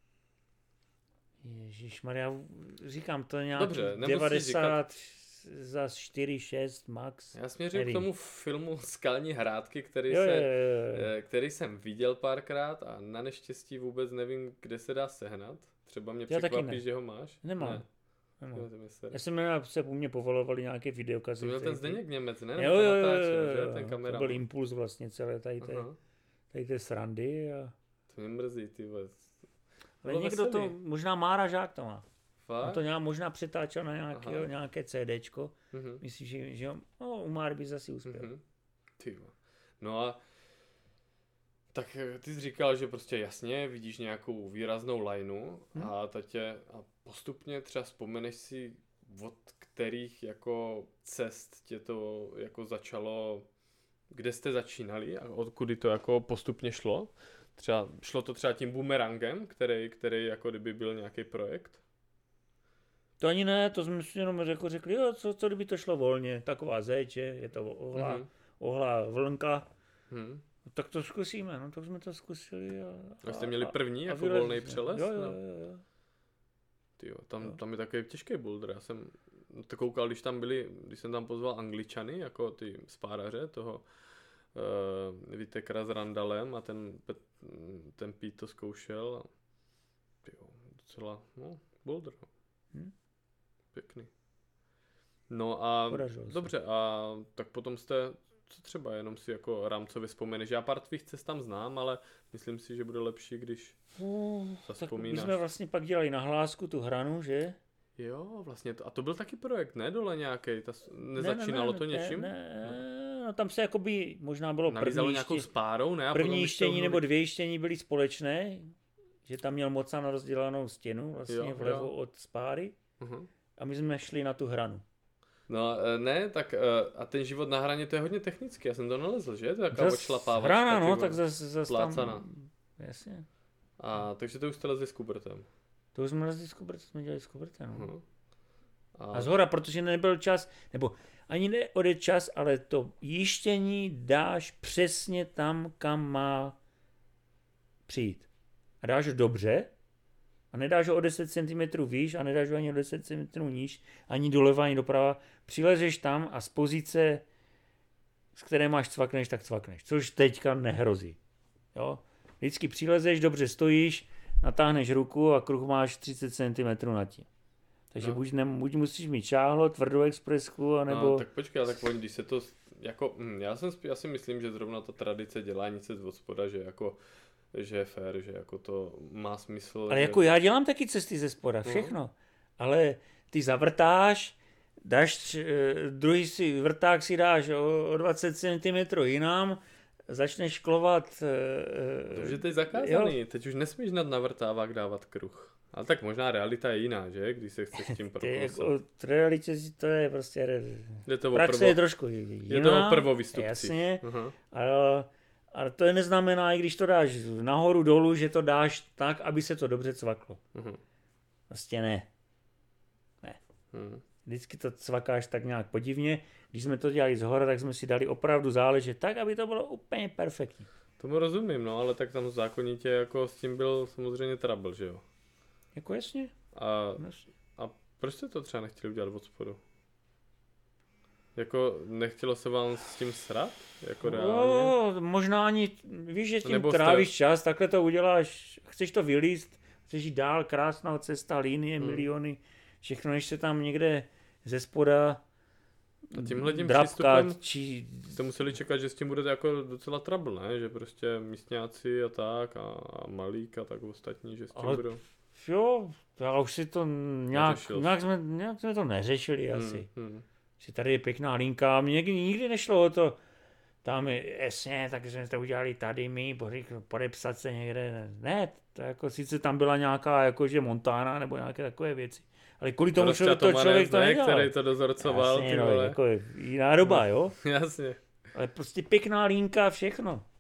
Ježišmarja, říkám to nějak Dobře, 90 za 4-6 max. Já směřím k tomu filmu Skalní hrádky, Jo. který jsem viděl párkrát a na neštěstí vůbec nevím, kde se dá sehnat. Třeba mě překvapí, že ho máš. Nemám. Ne. Já jsem měl, se u mě povolovali nějaké videokazy. To byl ten Zdeněk Němec, ne? Jo, ten kamera. To byl impuls vlastně celé tady té srandy. A... To mě mrzí, ty vole. Ale někdo to, možná Mára Žák to má. Fakt? On to možná přetáčel na nějaké CDčko. Myslím, že jo, no, u Máry by zase uspěl. No a tak ty jsi říkal, že prostě jasně vidíš nějakou výraznou lineu a postupně třeba vzpomeneš si, od kterých jako cest tě to jako začalo, kde jste začínali a odkudy to jako postupně šlo? Třeba, šlo to třeba tím Boomerangem, který jako kdyby byl nějaký projekt? To ani ne, to jsme si jenom řekli, jo, co kdyby to šlo volně, taková zeď, je to ohlá vlnka. Tak to zkusíme, no tak jsme to zkusili. A jste měli první jako volný přeles? Jo. Tyjo, tam je takový těžký boulder. Já jsem to koukal, když jsem tam pozval Angličany, jako ty spáraře, toho Vitekra s Randalem a ten Pete to zkoušel. Tyjo, docela, boulder. Pěkný. No a dobře, a tak potom jste, co třeba jenom si jako rámcově vzpomeneš. Já pár tvých cest tam znám, ale myslím si, že bude lepší, když zavzpomínáš. My jsme vlastně pak dělali na Hlásku tu hranu, že? Jo, vlastně to. A to byl taky projekt, ne? Dole nějaký. Nezačínalo to něčím? Ne, no tam se jakoby, možná bylo nějakou spárou, ne? A první jištění nebo 2 jištění byly společné, že tam měl Mocan rozdělanou stěnu vlastně vlevo od spáry. A my jsme šli na tu hranu. No ne, tak a ten život na hraně, to je hodně technický, já jsem to nalezl, že? To je taková odšlapávačka. Hrana, no, tak zase plácana. Jasně. A takže to už jste lezli s Kubertem. To už jsme lezli s Kubertem, jsme dělali s Kubertem, no. A zhora, protože nebyl čas, nebo ani neodejde čas, ale to jištění dáš přesně tam, kam má přijít. A dáš ho dobře, a nedáš ho o 10 cm výš a nedáš ho ani o 10 cm níž, ani doleva, ani doprava. Přilezeš tam a z pozice, z které máš cvakneš, tak cvakneš. Což teďka nehrozí. Jo? Vždycky přilezeš, dobře stojíš, natáhneš ruku a kruh máš 30 cm nad tím. Takže buď musíš mít šáhlo, tvrdou expresku, anebo... No, tak počkej, tak když se to... Jako, já si myslím, že zrovna ta tradice dělání cest od spoda, že je fér, že jako to má smysl. Ale jako já dělám taky cesty ze spoda, všechno. Ale ty zavrtáš, dáš, druhý vrták si dáš o 20 cm jinam, začneš klovat. Takže to je zakázaný, jo. Teď už nesmíš nad navrtávák dávat kruh. Ale tak možná realita je jiná, že? Když se chceš tím prokouset. Jako, realitě to je prostě... Praxe je trošku jiná. Je to o prvovýstupcích. Jasně, ale to neznamená, i když to dáš nahoru dolů, že to dáš tak, aby se to dobře cvaklo. Vlastně ne. Vždycky to cvakáš tak nějak podivně. Když jsme to dělali zhora, tak jsme si dali opravdu záležet tak, aby to bylo úplně perfektní. Tomu rozumím, no, ale tak tam zákonitě jako s tím byl samozřejmě trouble, že jo? Jako jasně. A proč jste to třeba nechtěli udělat od spodu? Jako nechtělo se vám s tím srat? Jako reálně? Možná ani, víš, že tím trávíš čas, takhle to uděláš, chceš to vylíst, chceš jít dál, krásná cesta, linie, miliony, všechno, než se tam někde ze spoda tímhletím drapkat, jste museli čekat, že s tím budete jako docela trouble, ne? Že prostě místňáci a tak a Malík a tak ostatní, že s tím budou... Jo, já už si to nějak jsme to neřešili asi. Že tady je pěkná linka, mě nikdy nešlo o to, tam je jasně, takže jsme to udělali tady my, podepsat se někde, ne, to jako sice tam byla nějaká jakože Montana nebo nějaké takové věci, ale kvůli tomu to člověk to nedělal. Který to dozorcoval, jasně, ty vole. Jako jiná doba, jo? Jasně. Ale prostě pěkná linka, všechno.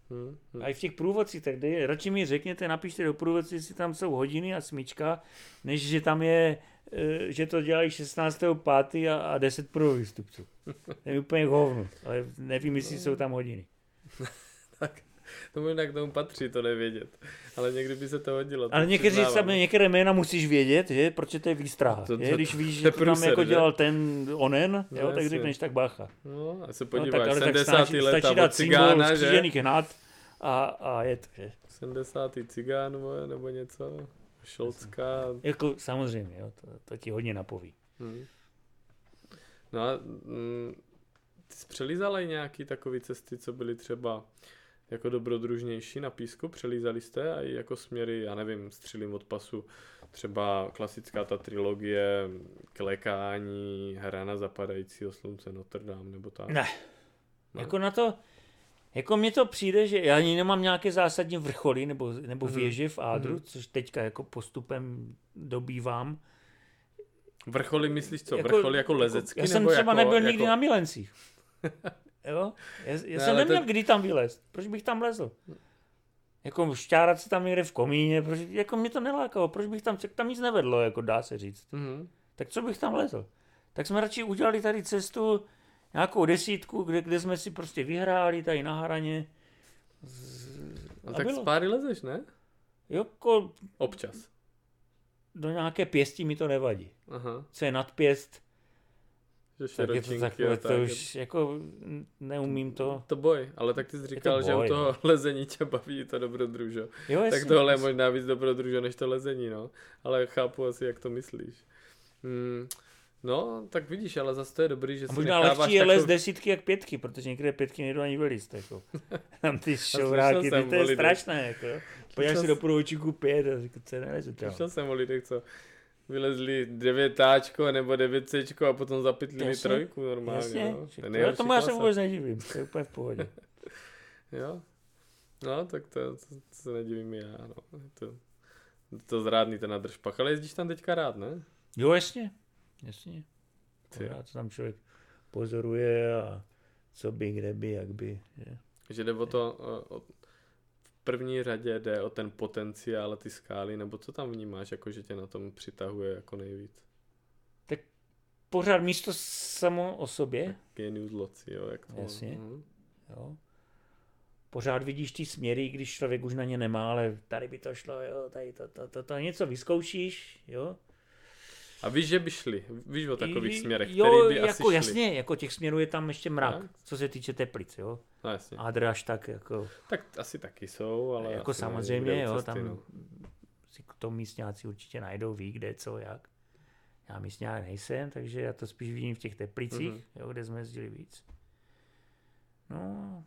A i v těch průvodcích, tak radši mi řekněte, napište do průvodci, jestli tam jsou hodiny a smyčka, než že tam je, že to dělají 16.5. a 10 průvodců. To je úplně hovno, ale nevím, jestli jsou tam hodiny. Tak to možná k tomu patří, to nevědět. Ale někdy by se to hodilo. Ale některé jména musíš vědět, že? Protože to je výstraha. Když víš, že to tam jako dělal ten onen, No, jo, tak řekneš tak bacha. No, a se No, podíváš, tak, 70. leta stačí od dát symbol cigána, že? skřížených hnat a je to, že? 70. cigán, nebo něco, Šolcka. Jako samozřejmě, jo, to ti hodně napoví. No a ty jsi přelízala i nějaký takový cesty, co byly třeba jako dobrodružnější na písku? Přelízali jste a i jako směry, já nevím, Střílím od pasu, třeba klasická ta trilogie, Klekání, Hra na zapadajícího slunce, Notre Dame, nebo tak? Ne. Jako na to, jako mně to přijde, že já ani nemám nějaké zásadní vrcholy nebo věže v Ádru, což teďka jako postupem dobývám. Vrcholy myslíš co? Vrcholy jako lezecky? Já jsem nebo třeba jako, nebyl nikdy na Milencích. Jo? Já jsem neměl kdy tam vylézt. Proč bych tam lezl? Jako šťárat se tam někde v komíně, jako mě to nelákalo. Proč bych tam nic nevedlo, jako dá se říct. Tak co bych tam lezl? Tak jsme radši udělali tady cestu, nějakou 10, kde jsme si prostě vyhráli tady na hraně. A tak z páry lezeš, ne? Jako občas. Do nějaké pěstí mi to nevadí. Aha. Co je nad pěst, tak je to takové, to už jako neumím to. To boj, ale tak ty jsi říkal, že u toho lezení tě baví to dobrodružo. Jo, tak tohle je možná víc dobrodružo než to lezení, no. Ale chápu asi, jak to myslíš. No, tak vidíš, ale zase to je dobrý, že si možná lehčí je les 10 jak 5, protože některé 5 nejdou ani vylíst, jako. Tam ty šouráky, to je strašné, jako. Podíváš si do průvodčíku 5 a říkám, co je nelezu. Slyšel jsem o lidech, co vylezli 9táčko nebo 9cčko a potom zapytlili 3 normálně. Jasně, no. Já tomu já se vůbec nedivím, to je úplně v pohodě. Jo, no tak to se nedivím já, no. To zrádný ten nadržpach, ale jezdíš tam teďka rád, ne? Jo, jasně. Rád tam člověk pozoruje a co by, kde by, jak by. Že jde o to, v první řadě jde o ten potenciál, ty skály, nebo co tam vnímáš, jako že tě na tom přitahuje jako nejvíc? Tak pořád místo samo o sobě. Genius loci, jo, jak to. Jasně, jo. Pořád vidíš ty směry, když člověk už na ně nemá, ale tady by to šlo, jo, tady to něco vyzkoušíš, jo. A víš, že by šli? Víš o takových směrech, jo, který by jako asi šli? Jasně, jako těch směrů je tam ještě mrak, ne? Co se týče Teplic, jo. No jasně. Ádr až tak, jako. Tak asi taky jsou, ale jako asi samozřejmě, jo, cesty, tam no. si to místňáci určitě najdou, ví, kde, co, jak. Já místňák nejsem, takže já to spíš vidím v těch Teplicích, jo, kde jsme jezdili víc. No,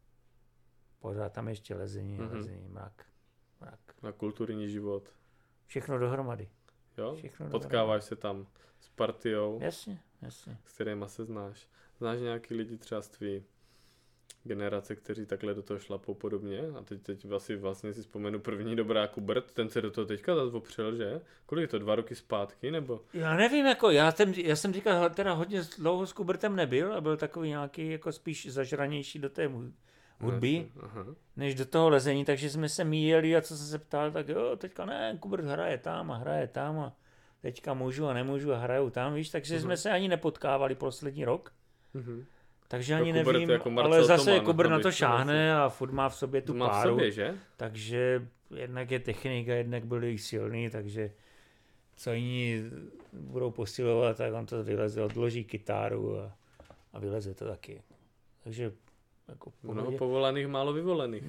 pořád tam ještě lezení, mrak. Na kulturní život. Všechno dohromady. Jo? Všechno Potkáváš se tam s partiou, jasně. S kterýma se znáš. Znáš nějaký lidi třeba z tvý generace, kteří takhle do toho šlapou podobně? A teď vlastně si vzpomenu první dobráku Brt, ten se do toho teďka zase opřel, že? Kolik je to, 2 roky zpátky, nebo? Já nevím, jako já jsem říkal, teda hodně dlouho s Kubertem nebyl a byl takový nějaký jako spíš zažranější do té hudby, než do toho lezení, takže jsme se míjeli a co jsem se ptal, tak jo, teďka ne, Kubert hraje tam a teďka můžu a nemůžu a hraju tam, víš, takže jsme se ani nepotkávali poslední rok. Takže ani nevím, jako ale zase Kubert na to šáhne a furt má v sobě tu má páru, v sobě, že? Takže jednak je technika, jednak byl i silný, takže co jiní budou posilovat, tak on to vyleze, odloží kytáru a vyleze to taky. Takže jako mnoho povolaných, málo vyvolených.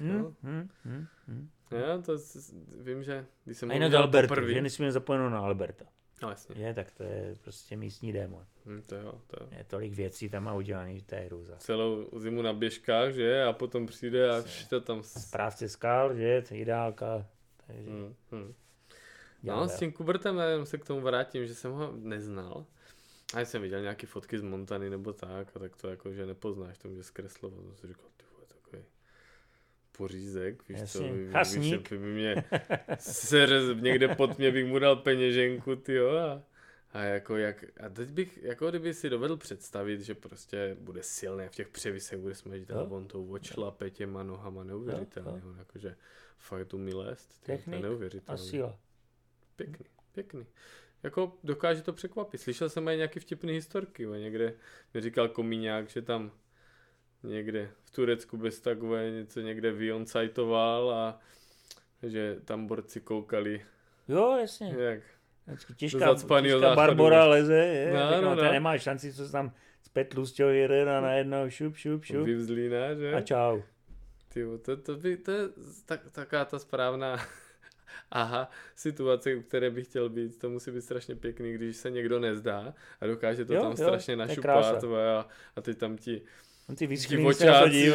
Já to vím, že když jsem udělal Alberta, že nesmíme zapomenout na Alberta. No jasně. Je, tak to je prostě místní démon. To jo. Je tolik věcí tam má udělaný, to je hrůza. Celou zimu na běžkách, že? A potom přijde a to tam... Správce skal, že? To je ideálka. Takže... No, s tím Kubertem, já se k tomu vrátím, že jsem ho neznal. A jsem viděl nějaký fotky z Montany nebo tak, a tak to jako, že nepoznáš, to může zkreslovat. Jsem si říkal, ty vole, takový pořízek, víš co, by mě někde pod mě bych mu dal peněženku, tyjo, a A teď bych, jako kdyby si dovedl představit, že prostě bude silný v těch převisech, bude smažit a on to odšlape těma nohama neuvěřitelně. Jakože fakt umí lézt. To je neuvěřitelné. A síla. Pěkný. Jako dokáže to překvapit. Slyšel jsem aj nějaký vtipný historky. Někde mi říkal Komíňák, že tam někde v Turecku bez takové něco někde vyoncajtoval a že tam borci koukali. Jo, jasně. Jak těžká Barbora leze, nemá šanci, co se tam zpět tlustě jeden a najednou šup. Vyvzlíná, že? A čau. Tyjo, to je taká ta správná situace, u které bych chtěl být. To musí být strašně pěkný, když se někdo nezdá a dokáže to tam strašně našupat a teď tam ti divočáci,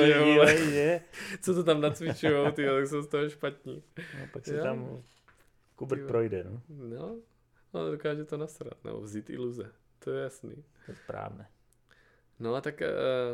co to tam nacvičujou, tak jsou z toho špatní. No, pak se tam Kubert projde, no. No, dokáže to nasrat, nebo vzít iluze, to je jasný. To je správné. No a tak,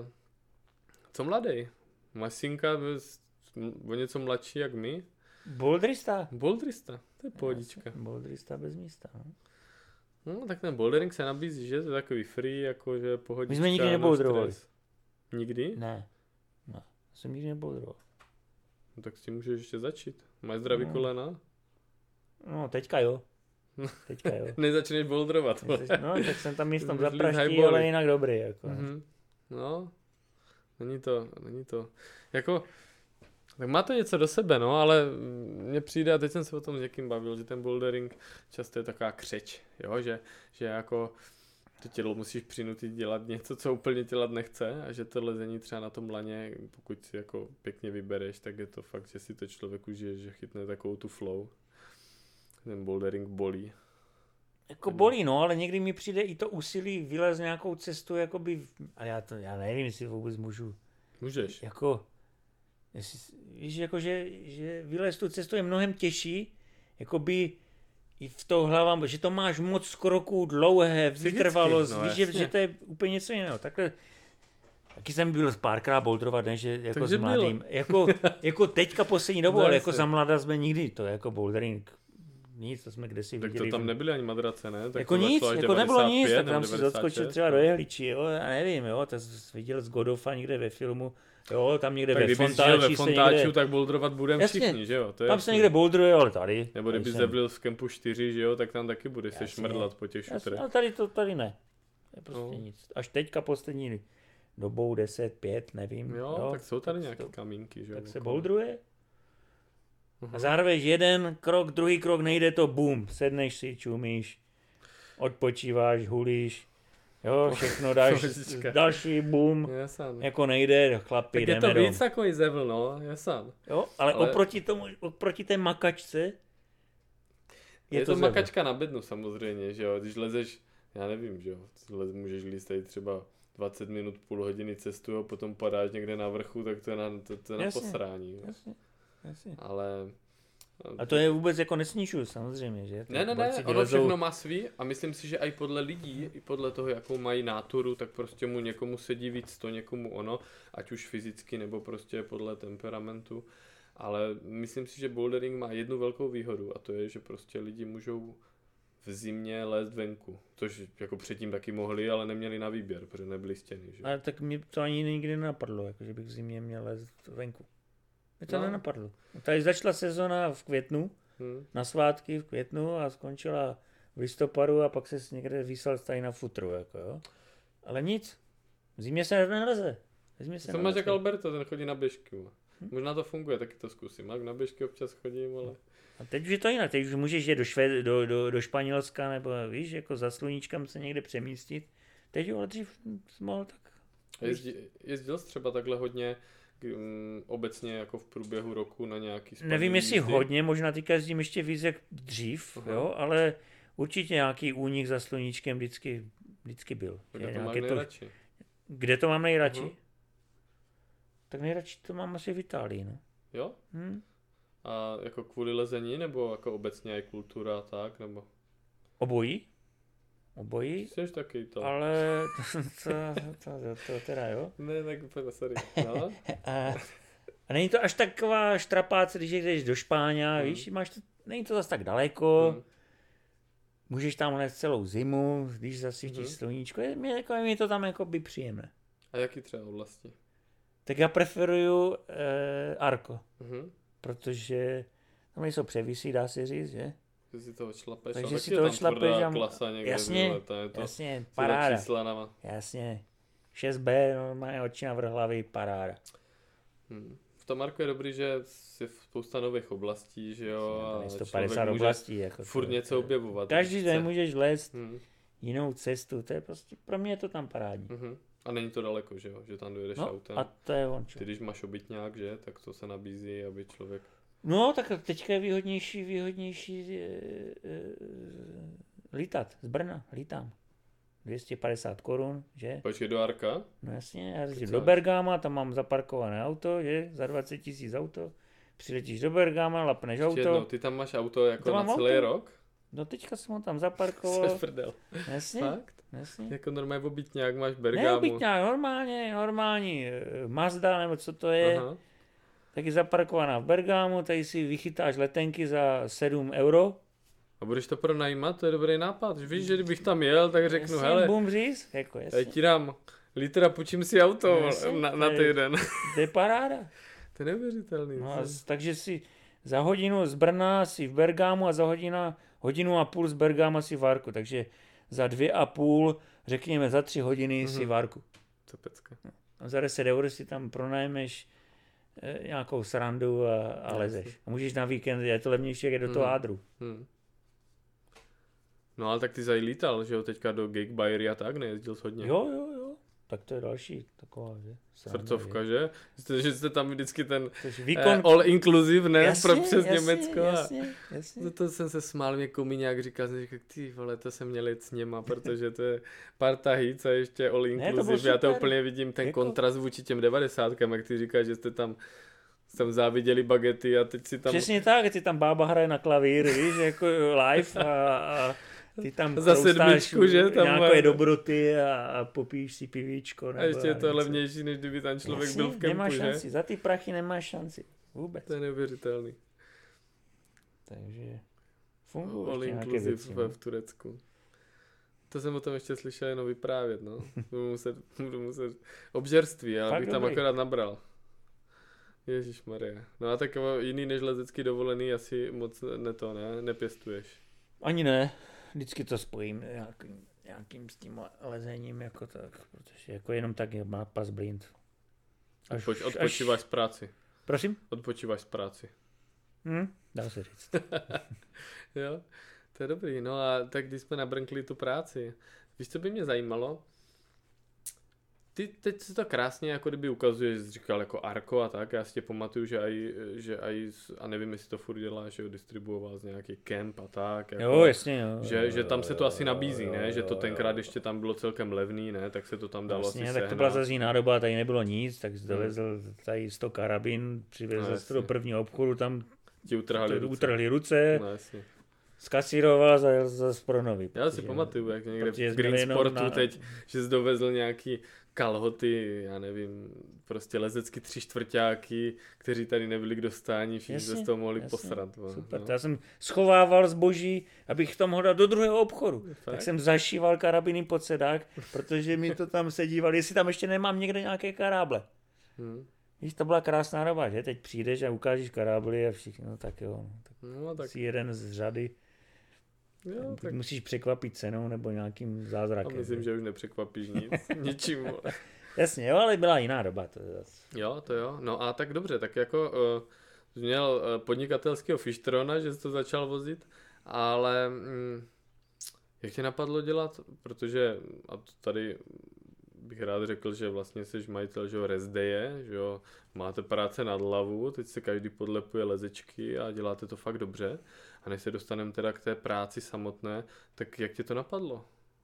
co mladej? Máš synka o něco mladší jak my? Bouldrista, to je pohodička. Bouldrista bez místa, no. No, tak ten bouldering se nabízí, že? To je takový free, jakože pohodička. My jsme nikdy nebouldrovali. Nikdy? Ne. Jsem nikdy nebouldroval. No, tak s tím můžeš ještě začít. Máš zdravý kolena? No, teďka jo. Nezačneš bouldrovat. No, tak jsem tam místom zapraští, ale jinak dobrý. Jako. No, není to. Jako, tak má to něco do sebe, no, ale mně přijde, a teď jsem se o tom s někým bavil, že ten bouldering často je taková křeč, jo, že jako to tělo musíš přinutit dělat něco, co úplně dělat nechce a že to lezení třeba na tom laně, pokud si jako pěkně vybereš, tak je to fakt, že si to člověk užije, že chytne takovou tu flow. Ten bouldering bolí. Jako bolí, no, ale někdy mi přijde i to úsilí vylez nějakou cestu, jakoby, a já nevím, jestli vůbec můžu. Můžeš. Jako, víš, jako, že vylez tu cestu je mnohem těžší, jakoby i v tou hlavám, že to máš moc kroků, dlouhé, vytrvalost, no, víš, že to je úplně něco jiného. Takhle, taky jsem byl párkrát bouldrovat, ne, že jako takže s mladým. Jako teďka poslední dobu, ale jako za mladá jsme nikdy, to je jako bouldering. Nic, to jsme kdesi tak viděli. Tak to tam nebyly ani madrace, ne? Tak jako nic, jako nebylo nic, tak tam si odskočil třeba do jehličí, jo, já nevím, jo, to jsi viděl z Godofa někde ve filmu, jo, tam někde tak ve Fontáči se někde... tak bouldrovat budeme všichni, že jo, to je tam se někde bouldruje, ale tady. Nebo kdyby zevlil v kempu 4, že jo, tak tam taky budeš se šmrdlat po těch šutrech. Ale tady ne, to je prostě nic. Až teďka poslední dobou 10, 5, nevím. Jo, tak jsou tady nějaké kamínky, že jo. Tak se bouldruje. A zároveň jeden krok, druhý krok nejde to, bum, sedneš si, čumíš, odpočíváš, hulíš, jo, všechno dáš, další bum, jako nejde, chlapi, jdeme dom. Tak je to víc takový zevl, no, jasan. Jo, ale oproti té makačce je to makačka na bednu samozřejmě, že jo, když lezeš, já nevím, že jo, můžeš líst tady třeba 20 minut, půl hodiny cestu a potom padáš někde na vrchu, tak to je na posrání. Jasně. Ale... A to je vůbec jako nesnižuju, samozřejmě, že? Ne, ono všechno má svý a myslím si, že i podle lidí, i podle toho, jakou mají náturu, tak prostě mu někomu sedí víc to, někomu ono, ať už fyzicky nebo prostě podle temperamentu. Ale myslím si, že bouldering má jednu velkou výhodu a to je, že prostě lidi můžou v zimě lézt venku, což jako předtím taky mohli, ale neměli na výběr, protože nebyly stěny. Že? Ale tak mě to ani nikdy nenapadlo, jako že bych v zimě měl lézt venku. Mě to nenapadlo. Tady začala sezona v květnu, na svátky v květnu a skončila v listopadu a pak se někde vysel tady na futru, jako jo. Ale nic. V zimě se neleze. Jsem máš jak Alberto, ten chodí na běžky. Možná to funguje, taky to zkusím. Na běžky občas chodím, ale... A teď už je to jinak, teď už můžeš jít do Španělska, nebo víš, jako za sluníčkem se někde přemístit. Teď jo, ale dřív mohl tak... Jezdil jsi třeba takhle hodně obecně jako v průběhu roku na nějaký spadný nevím, jestli hodně, možná teďka jezdím ještě víc jak dřív, jo, ale určitě nějaký únik za sluníčkem vždycky byl. Kde to máš nejradši? Kde to mám nejradši? Tak nejradši to mám asi v Itálii, no. Jo? A jako kvůli lezení, nebo jako obecně i kultura a tak, nebo? Obojí. Jsi taky to. Ale to teda jo. Ne, tak úplně sorry. No. A není to až taková štrapáce, když jdeš do Špáně, víš, není to zase tak daleko. můžeš tam lézt celou zimu, když zasvítíš sluníčko, je to tam jako by příjemné. A jaký třeba oblasti? Tak já preferuju Arko, Mhm. protože tam nejsou převisí, dá se říct, že? Že si to odšlapeš. Takže a si taky to je tam odšlapeš tvrdá a klasa někde, jasně, vole, to je to jasně, s paráda. číslanama. Jasně, 6B, normálně oči na vrhlavy, paráda. V tom Marku je dobrý, že je spousta nových oblastí, že jo, a 150 člověk může oblastí. Jako furt něco objevovat. Každý když den chce. můžeš lézt Hmm. jinou cestu, to je prostě, pro mě je to tam parádní. A není to daleko, že jo, že tam dojedeš No autem. a to je on, čo. Ty když máš obytňák, že, tak to se nabízí, aby člověk... No tak teďka je výhodnější lítat z Brna, lítám. 250 korun, že? Počkej do Arka? No jasně, já jezdím Kecáš. do Bergama, tam mám zaparkované auto, že? Za 20 000 auto. Přiletíš do Bergama, lapneš Ještě jednou, auto. ty tam máš auto jako To na mám celý auto. rok? No teďka jsem ho tam Jsi zaparkoval. prdel. Jasně, Fakt? jasně. Jako normálně obytňák máš v Ne, Bergamu. obytňák, normální Mazda, nebo co to je. Aha. Taky zaparkovaná v Bergamu, tady si vychytáš letenky za 7 euro. A budeš to pronajímat? To je dobrý nápad. Víš, že kdybych tam jel, tak řeknu, Jasně, hele, bum říz, jako já jasně. ti dám litr a půjčím si auto vole, Jasně, na to je- týden. To je paráda. To je neuvěřitelný. No takže si za hodinu z Brna si v Bergamu a za hodinu a půl z Bergama si v Arku. Takže za 2,5, řekněme za 3 hodiny si v Arku. To pecka. A za 10 eur si tam pronajmeš nějakou srandu a lezeš. A můžeš na víkend, je to levnější, jak je do toho Ádru. No ale tak ty zajlítal, že jo, teďka do Gig Bayery a tak, nejezdil jsi hodně. Jo. Tak to je další taková, že? Sranda, Srdcovka, že? Že jste tam vždycky ten Takže výkon... all inclusive, ne? Jasně, Přes jasně, Německo. Jasně. To jsem se smál, mě Komíňák říkal, jsem říkal, ty vole, to jsem měl jít s něma, protože to je parta hýc a ještě all to bylo inclusive. Já to super. úplně vidím, ten Jako- kontrast vůči těm 90kám, jak ty říkáš, že jste tam záviděli bagety a teď si tam Přesně tak, ty tam bába hraje na klavír, víš, jako live a ty tam Za kroustáš sedmičku, že? Tam nějaké dobroty a popíš si pivíčko. a ještě je to já nevím co. levnější, než kdyby ten člověk Jasně, byl v kempu, nemáš že? šanci, za ty prachy nemáš šanci, vůbec. To je neuvěřitelný. Takže fungují All ještě nějaké inclusive věci. no. v Turecku. To jsem o tom ještě slyšel jenom vyprávět, no. Budu muset obžerství, ale Fakt bych tam dobrý. akorát nabral. Ježišmarja. No a tak jiný než lezecký dovolený asi moc nepěstuješ. Ani ne, vždycky to spojím nějakým s tím lezením, jako tak, protože jako jenom tak je má pas blind. Odpočíváš z práci. Prosím? Odpočíváš z práci. Dá se říct. Jo, to je dobrý. No a tak když jsme nabrnkli tu práci, víš, co by mě zajímalo? Ty teď si to krásně jako kdyby ukazuješ, jsi říkal jako Arko a tak, já si tě pamatuju, že aj a nevím, jestli to furt děláš, že jo, distribuoval z nějaký kemp a tak. Jako, Jo, jasně, jo. že tam se to asi nabízí, ne? Že to tenkrát ještě tam bylo celkem levný, ne? Tak se to tam dalo Vlastně, asi tak to sehnat. byla zase jiná doba, tady nebylo nic, tak dovezl tady 100 karabin, přivezl No, se to do jasně. prvního obchodu, tam Ti utrhali ruce. utrhli ruce, No jasně. skasíroval a zajel zase pro nový. Já si protože- pamatuju, jak někde protože v jsme Green měli jenom Sportu na- teď, že jsi dovezl nějaký kalhoty, já nevím, prostě lezecky 3/4, kteří tady nebyli k dostání, všichni se z toho mohli posrat. Super, No. to já jsem schovával zboží, abych to mohl dát do druhého obchodu. Fakt? Tak jsem zašíval karabiny pod sedák, protože mi to tam se díval, jestli tam ještě nemám někde nějaké karáble. Víš, to byla krásná doba, že? Teď přijdeš a ukážeš karábly a všichni, no tak jo. No, tak No tak, jsi jeden z řady. jo, tak Musíš překvapit cenou nebo nějakým a zázrakem. myslím, že už nepřekvapíš nic, ničím. Vole. Jasně, jo, ale byla jiná doba. To je zase. Jo, to jo. No a tak dobře, tak jako jsi měl podnikatelského fištrona, že jsi to začal vozit, ale jak tě napadlo dělat? Protože, a tady bych rád řekl, že vlastně jsi majitel, že jo, Rezdeje, že jo, máte práce nad hlavu, teď se každý podlepuje lezečky a děláte to fakt dobře. A než se dostaneme teda k té práci samotné, tak jak tě to napadlo?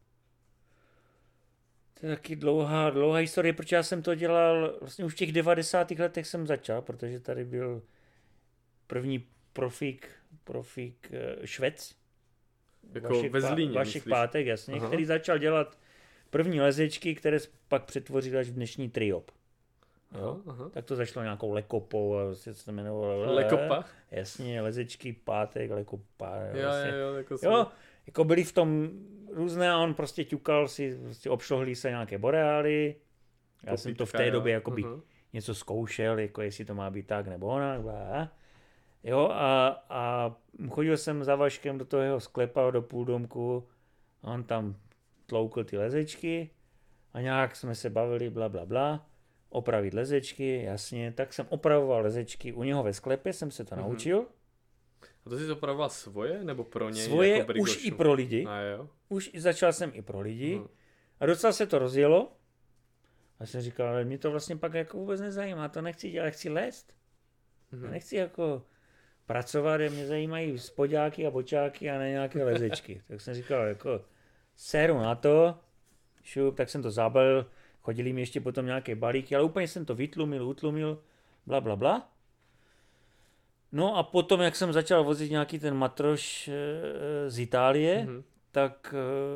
To je taky dlouhá historie, protože já jsem to dělal, vlastně už v těch 90. letech jsem začal, protože tady byl první profík Švec. Jako ve Zlíně, Vašek myslíš? Pátek, jasně, Aha. který začal dělat první lezečky, které pak přetvořil až v dnešní Triop. Jo? Aha. Tak to začalo nějakou lekopou a vlastně se to jmenovalo Lekopa? Jasně, lezečky, pátek, lekopa. Jo, Vlastně. jo, jako Jo, jako byli v tom různé a on prostě ťukal si, prostě obšlohlí se nějaké boreály. Já jsem to v té době jakoby něco zkoušel, jako jestli to má být tak nebo onak. Jo, a chodil jsem za Vaškem do toho jeho sklepa, do půldomku, a on tam tloukl ty lezečky a nějak jsme se bavili, bla, bla, bla, opravit lezečky, jasně, tak jsem opravoval lezečky, u něho ve sklepě jsem se to naučil. A to jsi opravoval svoje, nebo pro něj? Svoje jako už i pro lidi, už začal jsem i pro lidi a docela se to rozjelo a jsem říkal, ale mě to vlastně pak jako vůbec nezajímá, to nechci dělat, chci lézt. Já nechci jako pracovat, mě zajímají spodňáky a bočáky a ne nějaké lezečky. Tak jsem říkal, jako séru na to, šup, tak jsem to zabalil, chodili mi ještě potom nějaké balíky, ale úplně jsem to utlumil, bla, bla, bla. No a potom, jak jsem začal vozit nějaký ten matroš z Itálie, tak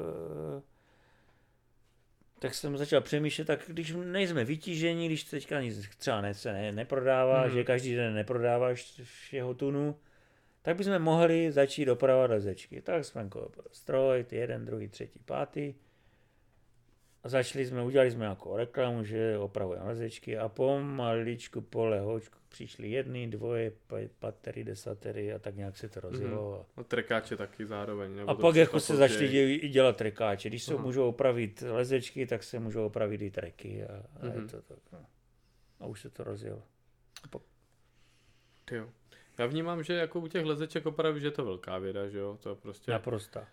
jsem začal přemýšlet, tak když nejsme vytížení, když teďka nic třeba neprodává, že každý den neprodáváš jeho tunu, tak bychom mohli začít opravovat lezečky. Tak jsme koupili stroj, ty 1, 2, 3, 5. A udělali jsme nějakou reklamu, že opravujeme lezečky a pomaličku, polehoučku přišly 1, 2, 5, 10 a tak nějak se to rozjelo. A trekáče taky zároveň. A pak jako se začali dělat trekáče. Když se můžou opravit lezečky, tak se můžou opravit i treky a je to tak. No. A už se to rozjelo. Jo. Já vnímám, že jako u těch lezeček opravdu, že je to velká věda, že jo? To je prostě... Naprosto.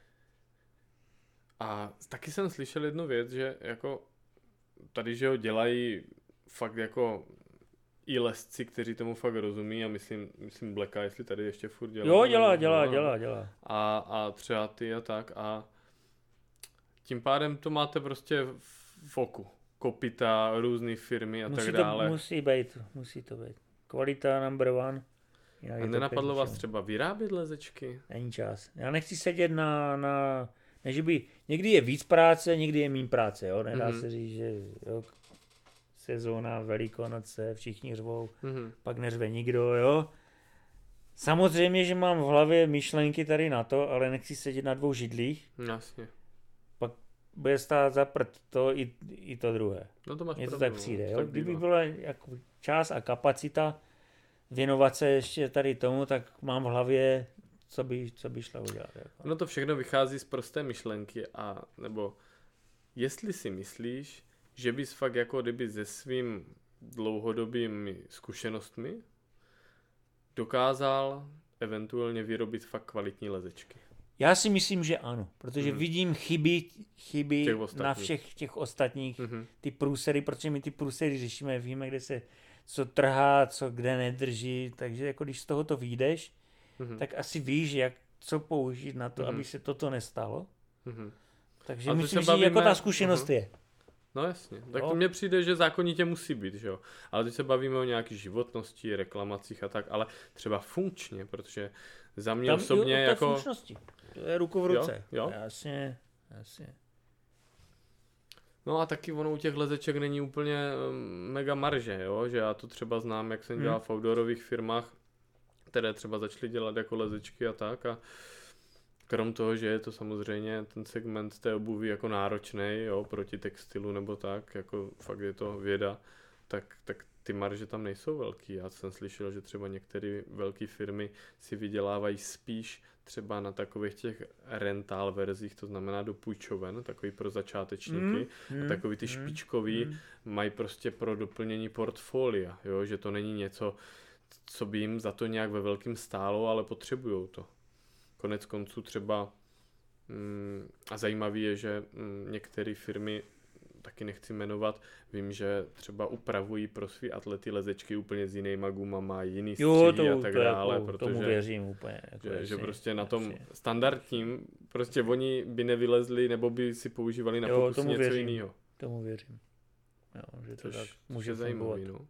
A taky jsem slyšel jednu věc, že jako tady, že ho dělají fakt jako i lesci, kteří tomu fakt rozumí a myslím Blacka, jestli tady ještě furt dělá. Jo, dělá. A třeba ty a tak a tím pádem to máte prostě v oku. Kopita, různé firmy a tak dále. Musí to být. Kvalita number one. A nenapadlo vás třeba vyrábět lezečky? Není čas. Já nechci sedět než by, někdy je víc práce, někdy je méně práce, jo? Nedá se říct, že jo, sezóna, Velikonoce, všichni řvou, pak neřve nikdo, jo. Samozřejmě, že mám v hlavě myšlenky tady na to, ale nechci sedět na 2 židlích. Jasně. Pak bude stát za prd to i to druhé. No to máš mně to tak přijde, jo. Kdyby byla jako čas a kapacita věnovat se ještě tady tomu, tak mám v hlavě co by šlo udělat. Jako. No to všechno vychází z prosté myšlenky nebo jestli si myslíš, že bys fakt jako kdyby se svým dlouhodobými zkušenostmi dokázal eventuálně vyrobit fakt kvalitní lezečky. Já si myslím, že ano, protože vidím chyby na všech těch ostatních, ty průsery, protože my ty průsery řešíme, víme, kde se co trhá, co kde nedrží, takže jako když z toho to vyjdeš, tak asi víš, co použít na to, aby se toto nestalo. Takže a myslím, že jako ta zkušenost je. No jasně, tak to mně přijde, že zákonitě musí být, že jo. Ale teď se bavíme o nějaké životnosti, reklamacích a tak, ale třeba funkčně, protože za mě osobně jako... Funkčnosti. To je ruku v ruce. Jo? Jasně. No a taky ono u těch lezeček není úplně mega marže, jo, že já to třeba znám, jak jsem dělal v outdoorových firmách, které třeba začaly dělat jako lezečky a tak a krom toho, že je to samozřejmě ten segment té obuvi jako náročný, jo, proti textilu nebo tak, jako fakt je to věda, tak ty marže tam nejsou velký. Já jsem slyšel, že třeba některé velké firmy si vydělávají spíš třeba na takových těch rental verzích, to znamená do půjčoven, takový pro začátečníky, a takový ty špičkový mají prostě pro doplnění portfolia, jo, že to není něco, co by jim za to nějak ve velkým stálo, ale potřebujou to. Konec konců třeba a zajímavý je, že některé firmy, taky nechci jmenovat, vím, že třeba upravují pro svý atlety lezečky úplně s jinýma gumama, jiný střihy a tak dále, jako, protože tomu věřím úplně. Jako že prostě na tom standardním, prostě oni by nevylezli, nebo by si používali na pokus něco jiného. Tomu věřím. Jo, že to tak může zajímavý, no.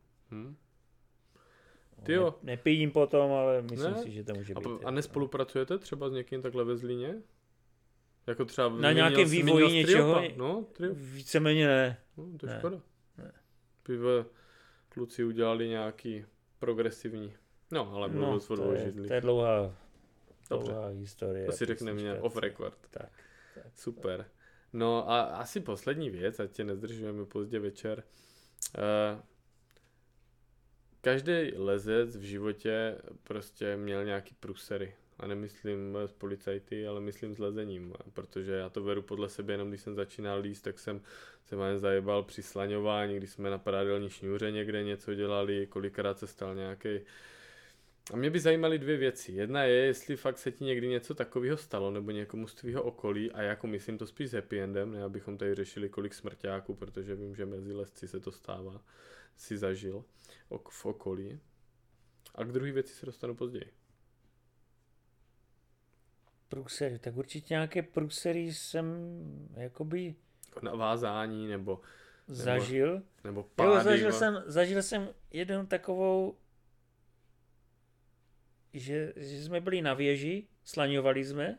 Tyjo. Nepijím potom, ale myslím si, že to může být. A nespolupracujete třeba s někým takhle ve Zlíně? Jako třeba na nějakém vývoji něčeho? No, víceméně ne. No, to je škoda. By kluci udělali nějaký progresivní. No, ale mluvil o židlích. To je dlouhá dlouhá historie. To si řekneme písnička. off record. Tak. Super. No a asi poslední věc, ať tě nezdržujeme pozdě večer. Každý lezec v životě prostě měl nějaký průsery. A nemyslím s policajty, ale myslím s lezením. Protože já to beru podle sebe, jenom když jsem začínal líst, tak jsem se mám zajebal při slaňování, když jsme na paradelní šňůře někde něco dělali, kolikrát se stal nějaký. A mě by zajímaly dvě věci. Jedna je, jestli fakt se ti někdy něco takového stalo, nebo někomu z tvýho okolí, a jako myslím to spíš s happy endem, ne abychom tady řešili kolik smrťáků, protože vím, že mezi lezci se to stává, si zažil v okolí. A k druhé věci se dostanu později. Průsery, tak určitě nějaké průsery jsem jakoby Navázání nebo zažil. Nebo pády. Jo, zažil jsem jednou takovou, že jsme byli na věži, slaňovali jsme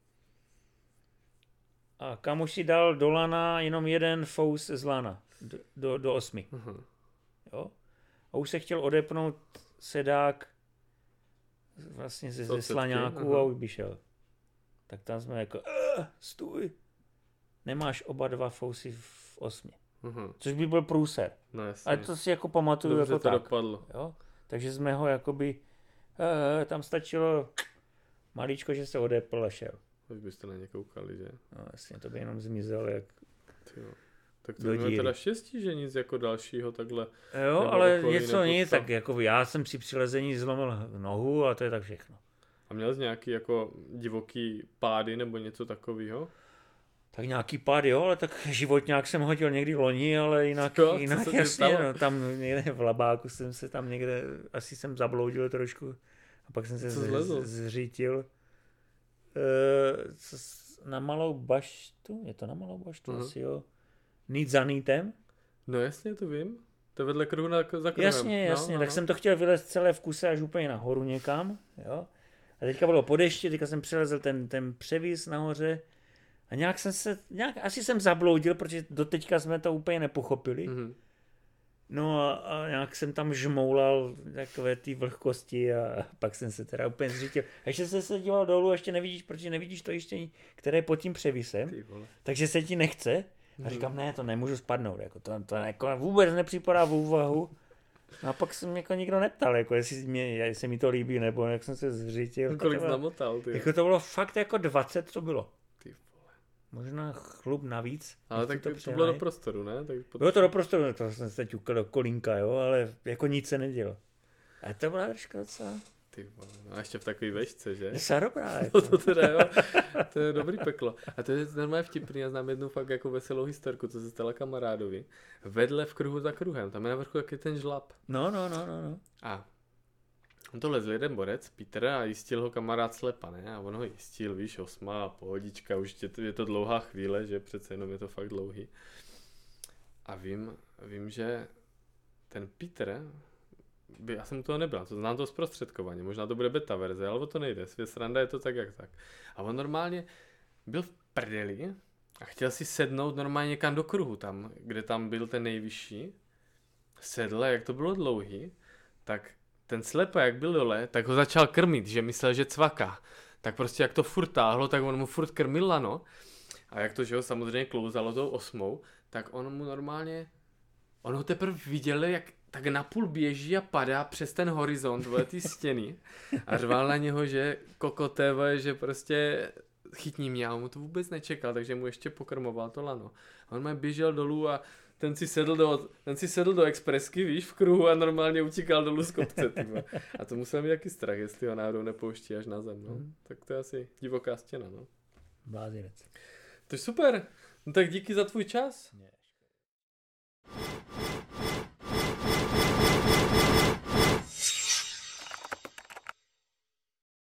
a kamoš si dal do lana jenom jeden fous z lana, do 8. Jo? A už se chtěl odepnout sedák vlastně ze slaňáku a už by šel. Tak tam jsme jako, stůj, nemáš oba dva fousy v 8. Což by byl průser. No jasně. Ale to si jako pamatuju. Dobře jako to tak. dopadlo. Jo? Takže jsme ho jakoby, tam stačilo maličko, že se odepl a šel. Už byste na ně koukali, že? No jasně, to by jenom zmizel jak Tyjo. Tak to měl teda štěstí, že nic jako dalšího takhle. Jo, ale něco nic, tak jako já jsem při přilezení zlomil nohu a to je tak všechno. A měl jsi nějaký jako divoký pády nebo něco takového? Tak nějaký pád, jo, ale tak životňák jsem hodil někdy loni, ale jinak jasně, no, tam někde v Labáku jsem se tam někde, asi jsem zabloudil trošku a pak jsem se zřítil na Malou baštu, je to na Malou baštu asi, jo, Nít za Nítem. No jasně, to vím, to je vedle kruhu za kruhem. Jasně, tak jsem to chtěl vylézt celé v kuse až úplně nahoru někam, jo, a teďka bylo po dešti, teďka jsem přelezl ten převis nahoře. A asi jsem zabloudil, protože doteďka jsme to úplně nepochopili. No a nějak jsem tam žmoulal takové ty vlhkosti a pak jsem se teda úplně zřítil. A ještě jsem se díval dolů a ještě nevidíš, protože nevidíš to jištění, které je pod tím převisem. Takže se ti nechce. A říkám, ne, to nemůžu spadnout. Jako to jako vůbec nepřipadá v úvahu. No a pak jsem jako nikdo neptal, jako jestli se mi to líbí, nebo jak jsem se zřítil. Kolik jsi namotal, ty? Jako to bylo fakt jako 20, to bylo. Možná chlup navíc. Ale tak to bylo do prostoru, ne? Bylo to do prostoru, to jsem se teď ukal do kolínka, jo, ale jako nic se nedělo. A to byla trošku docela. Ty vole, no a ještě v takový vešce, že? To je dobrá, jako. To teda jo, to je dobrý peklo. A to je normálně vtipný, já znám jednu fakt jako veselou historku, co se stala kamarádovi. Vedle v kruhu za kruhem, tam je na vrchu taky ten žlab. No. A on to lezl jeden borec, Petr, a jistil ho kamarád slepa, ne? A on ho jistil, víš, 8, pohodička, už je to dlouhá chvíle, že přece jenom je to fakt dlouhý. A vím, že ten Petr, já jsem u toho nebyl, to znám to zprostředkovaně, možná to bude beta verze, ale o to nejde, svět sranda je to tak jak tak. A on normálně byl v prdeli a chtěl si sednout normálně někam do kruhu tam, kde tam byl ten nejvyšší. Sedl, jak to bylo dlouhý, tak ten slepa, jak byl dole, tak ho začal krmit, že myslel, že cvaká. Tak prostě jak to furt táhlo, tak on mu furt krmil lano. A jak to, že ho samozřejmě klouzalo tou 8, tak on ho teprve viděl, jak tak napůl běží a padá přes ten horizont, ty stěny. A řval na něho, že kokoté, že prostě chytní mě. A on mu to vůbec nečekal, takže mu ještě pokrmoval to lano. A on běžel dolů a ten si sedl do expresky, víš, v kruhu a normálně utíkal dolů z kopce. Tyba. A to musel mít jaký strach, jestli ho náhodou nepouští až na zem. No. Tak to je asi divoká stěna. No. Blázinec. To je super. No tak díky za tvůj čas.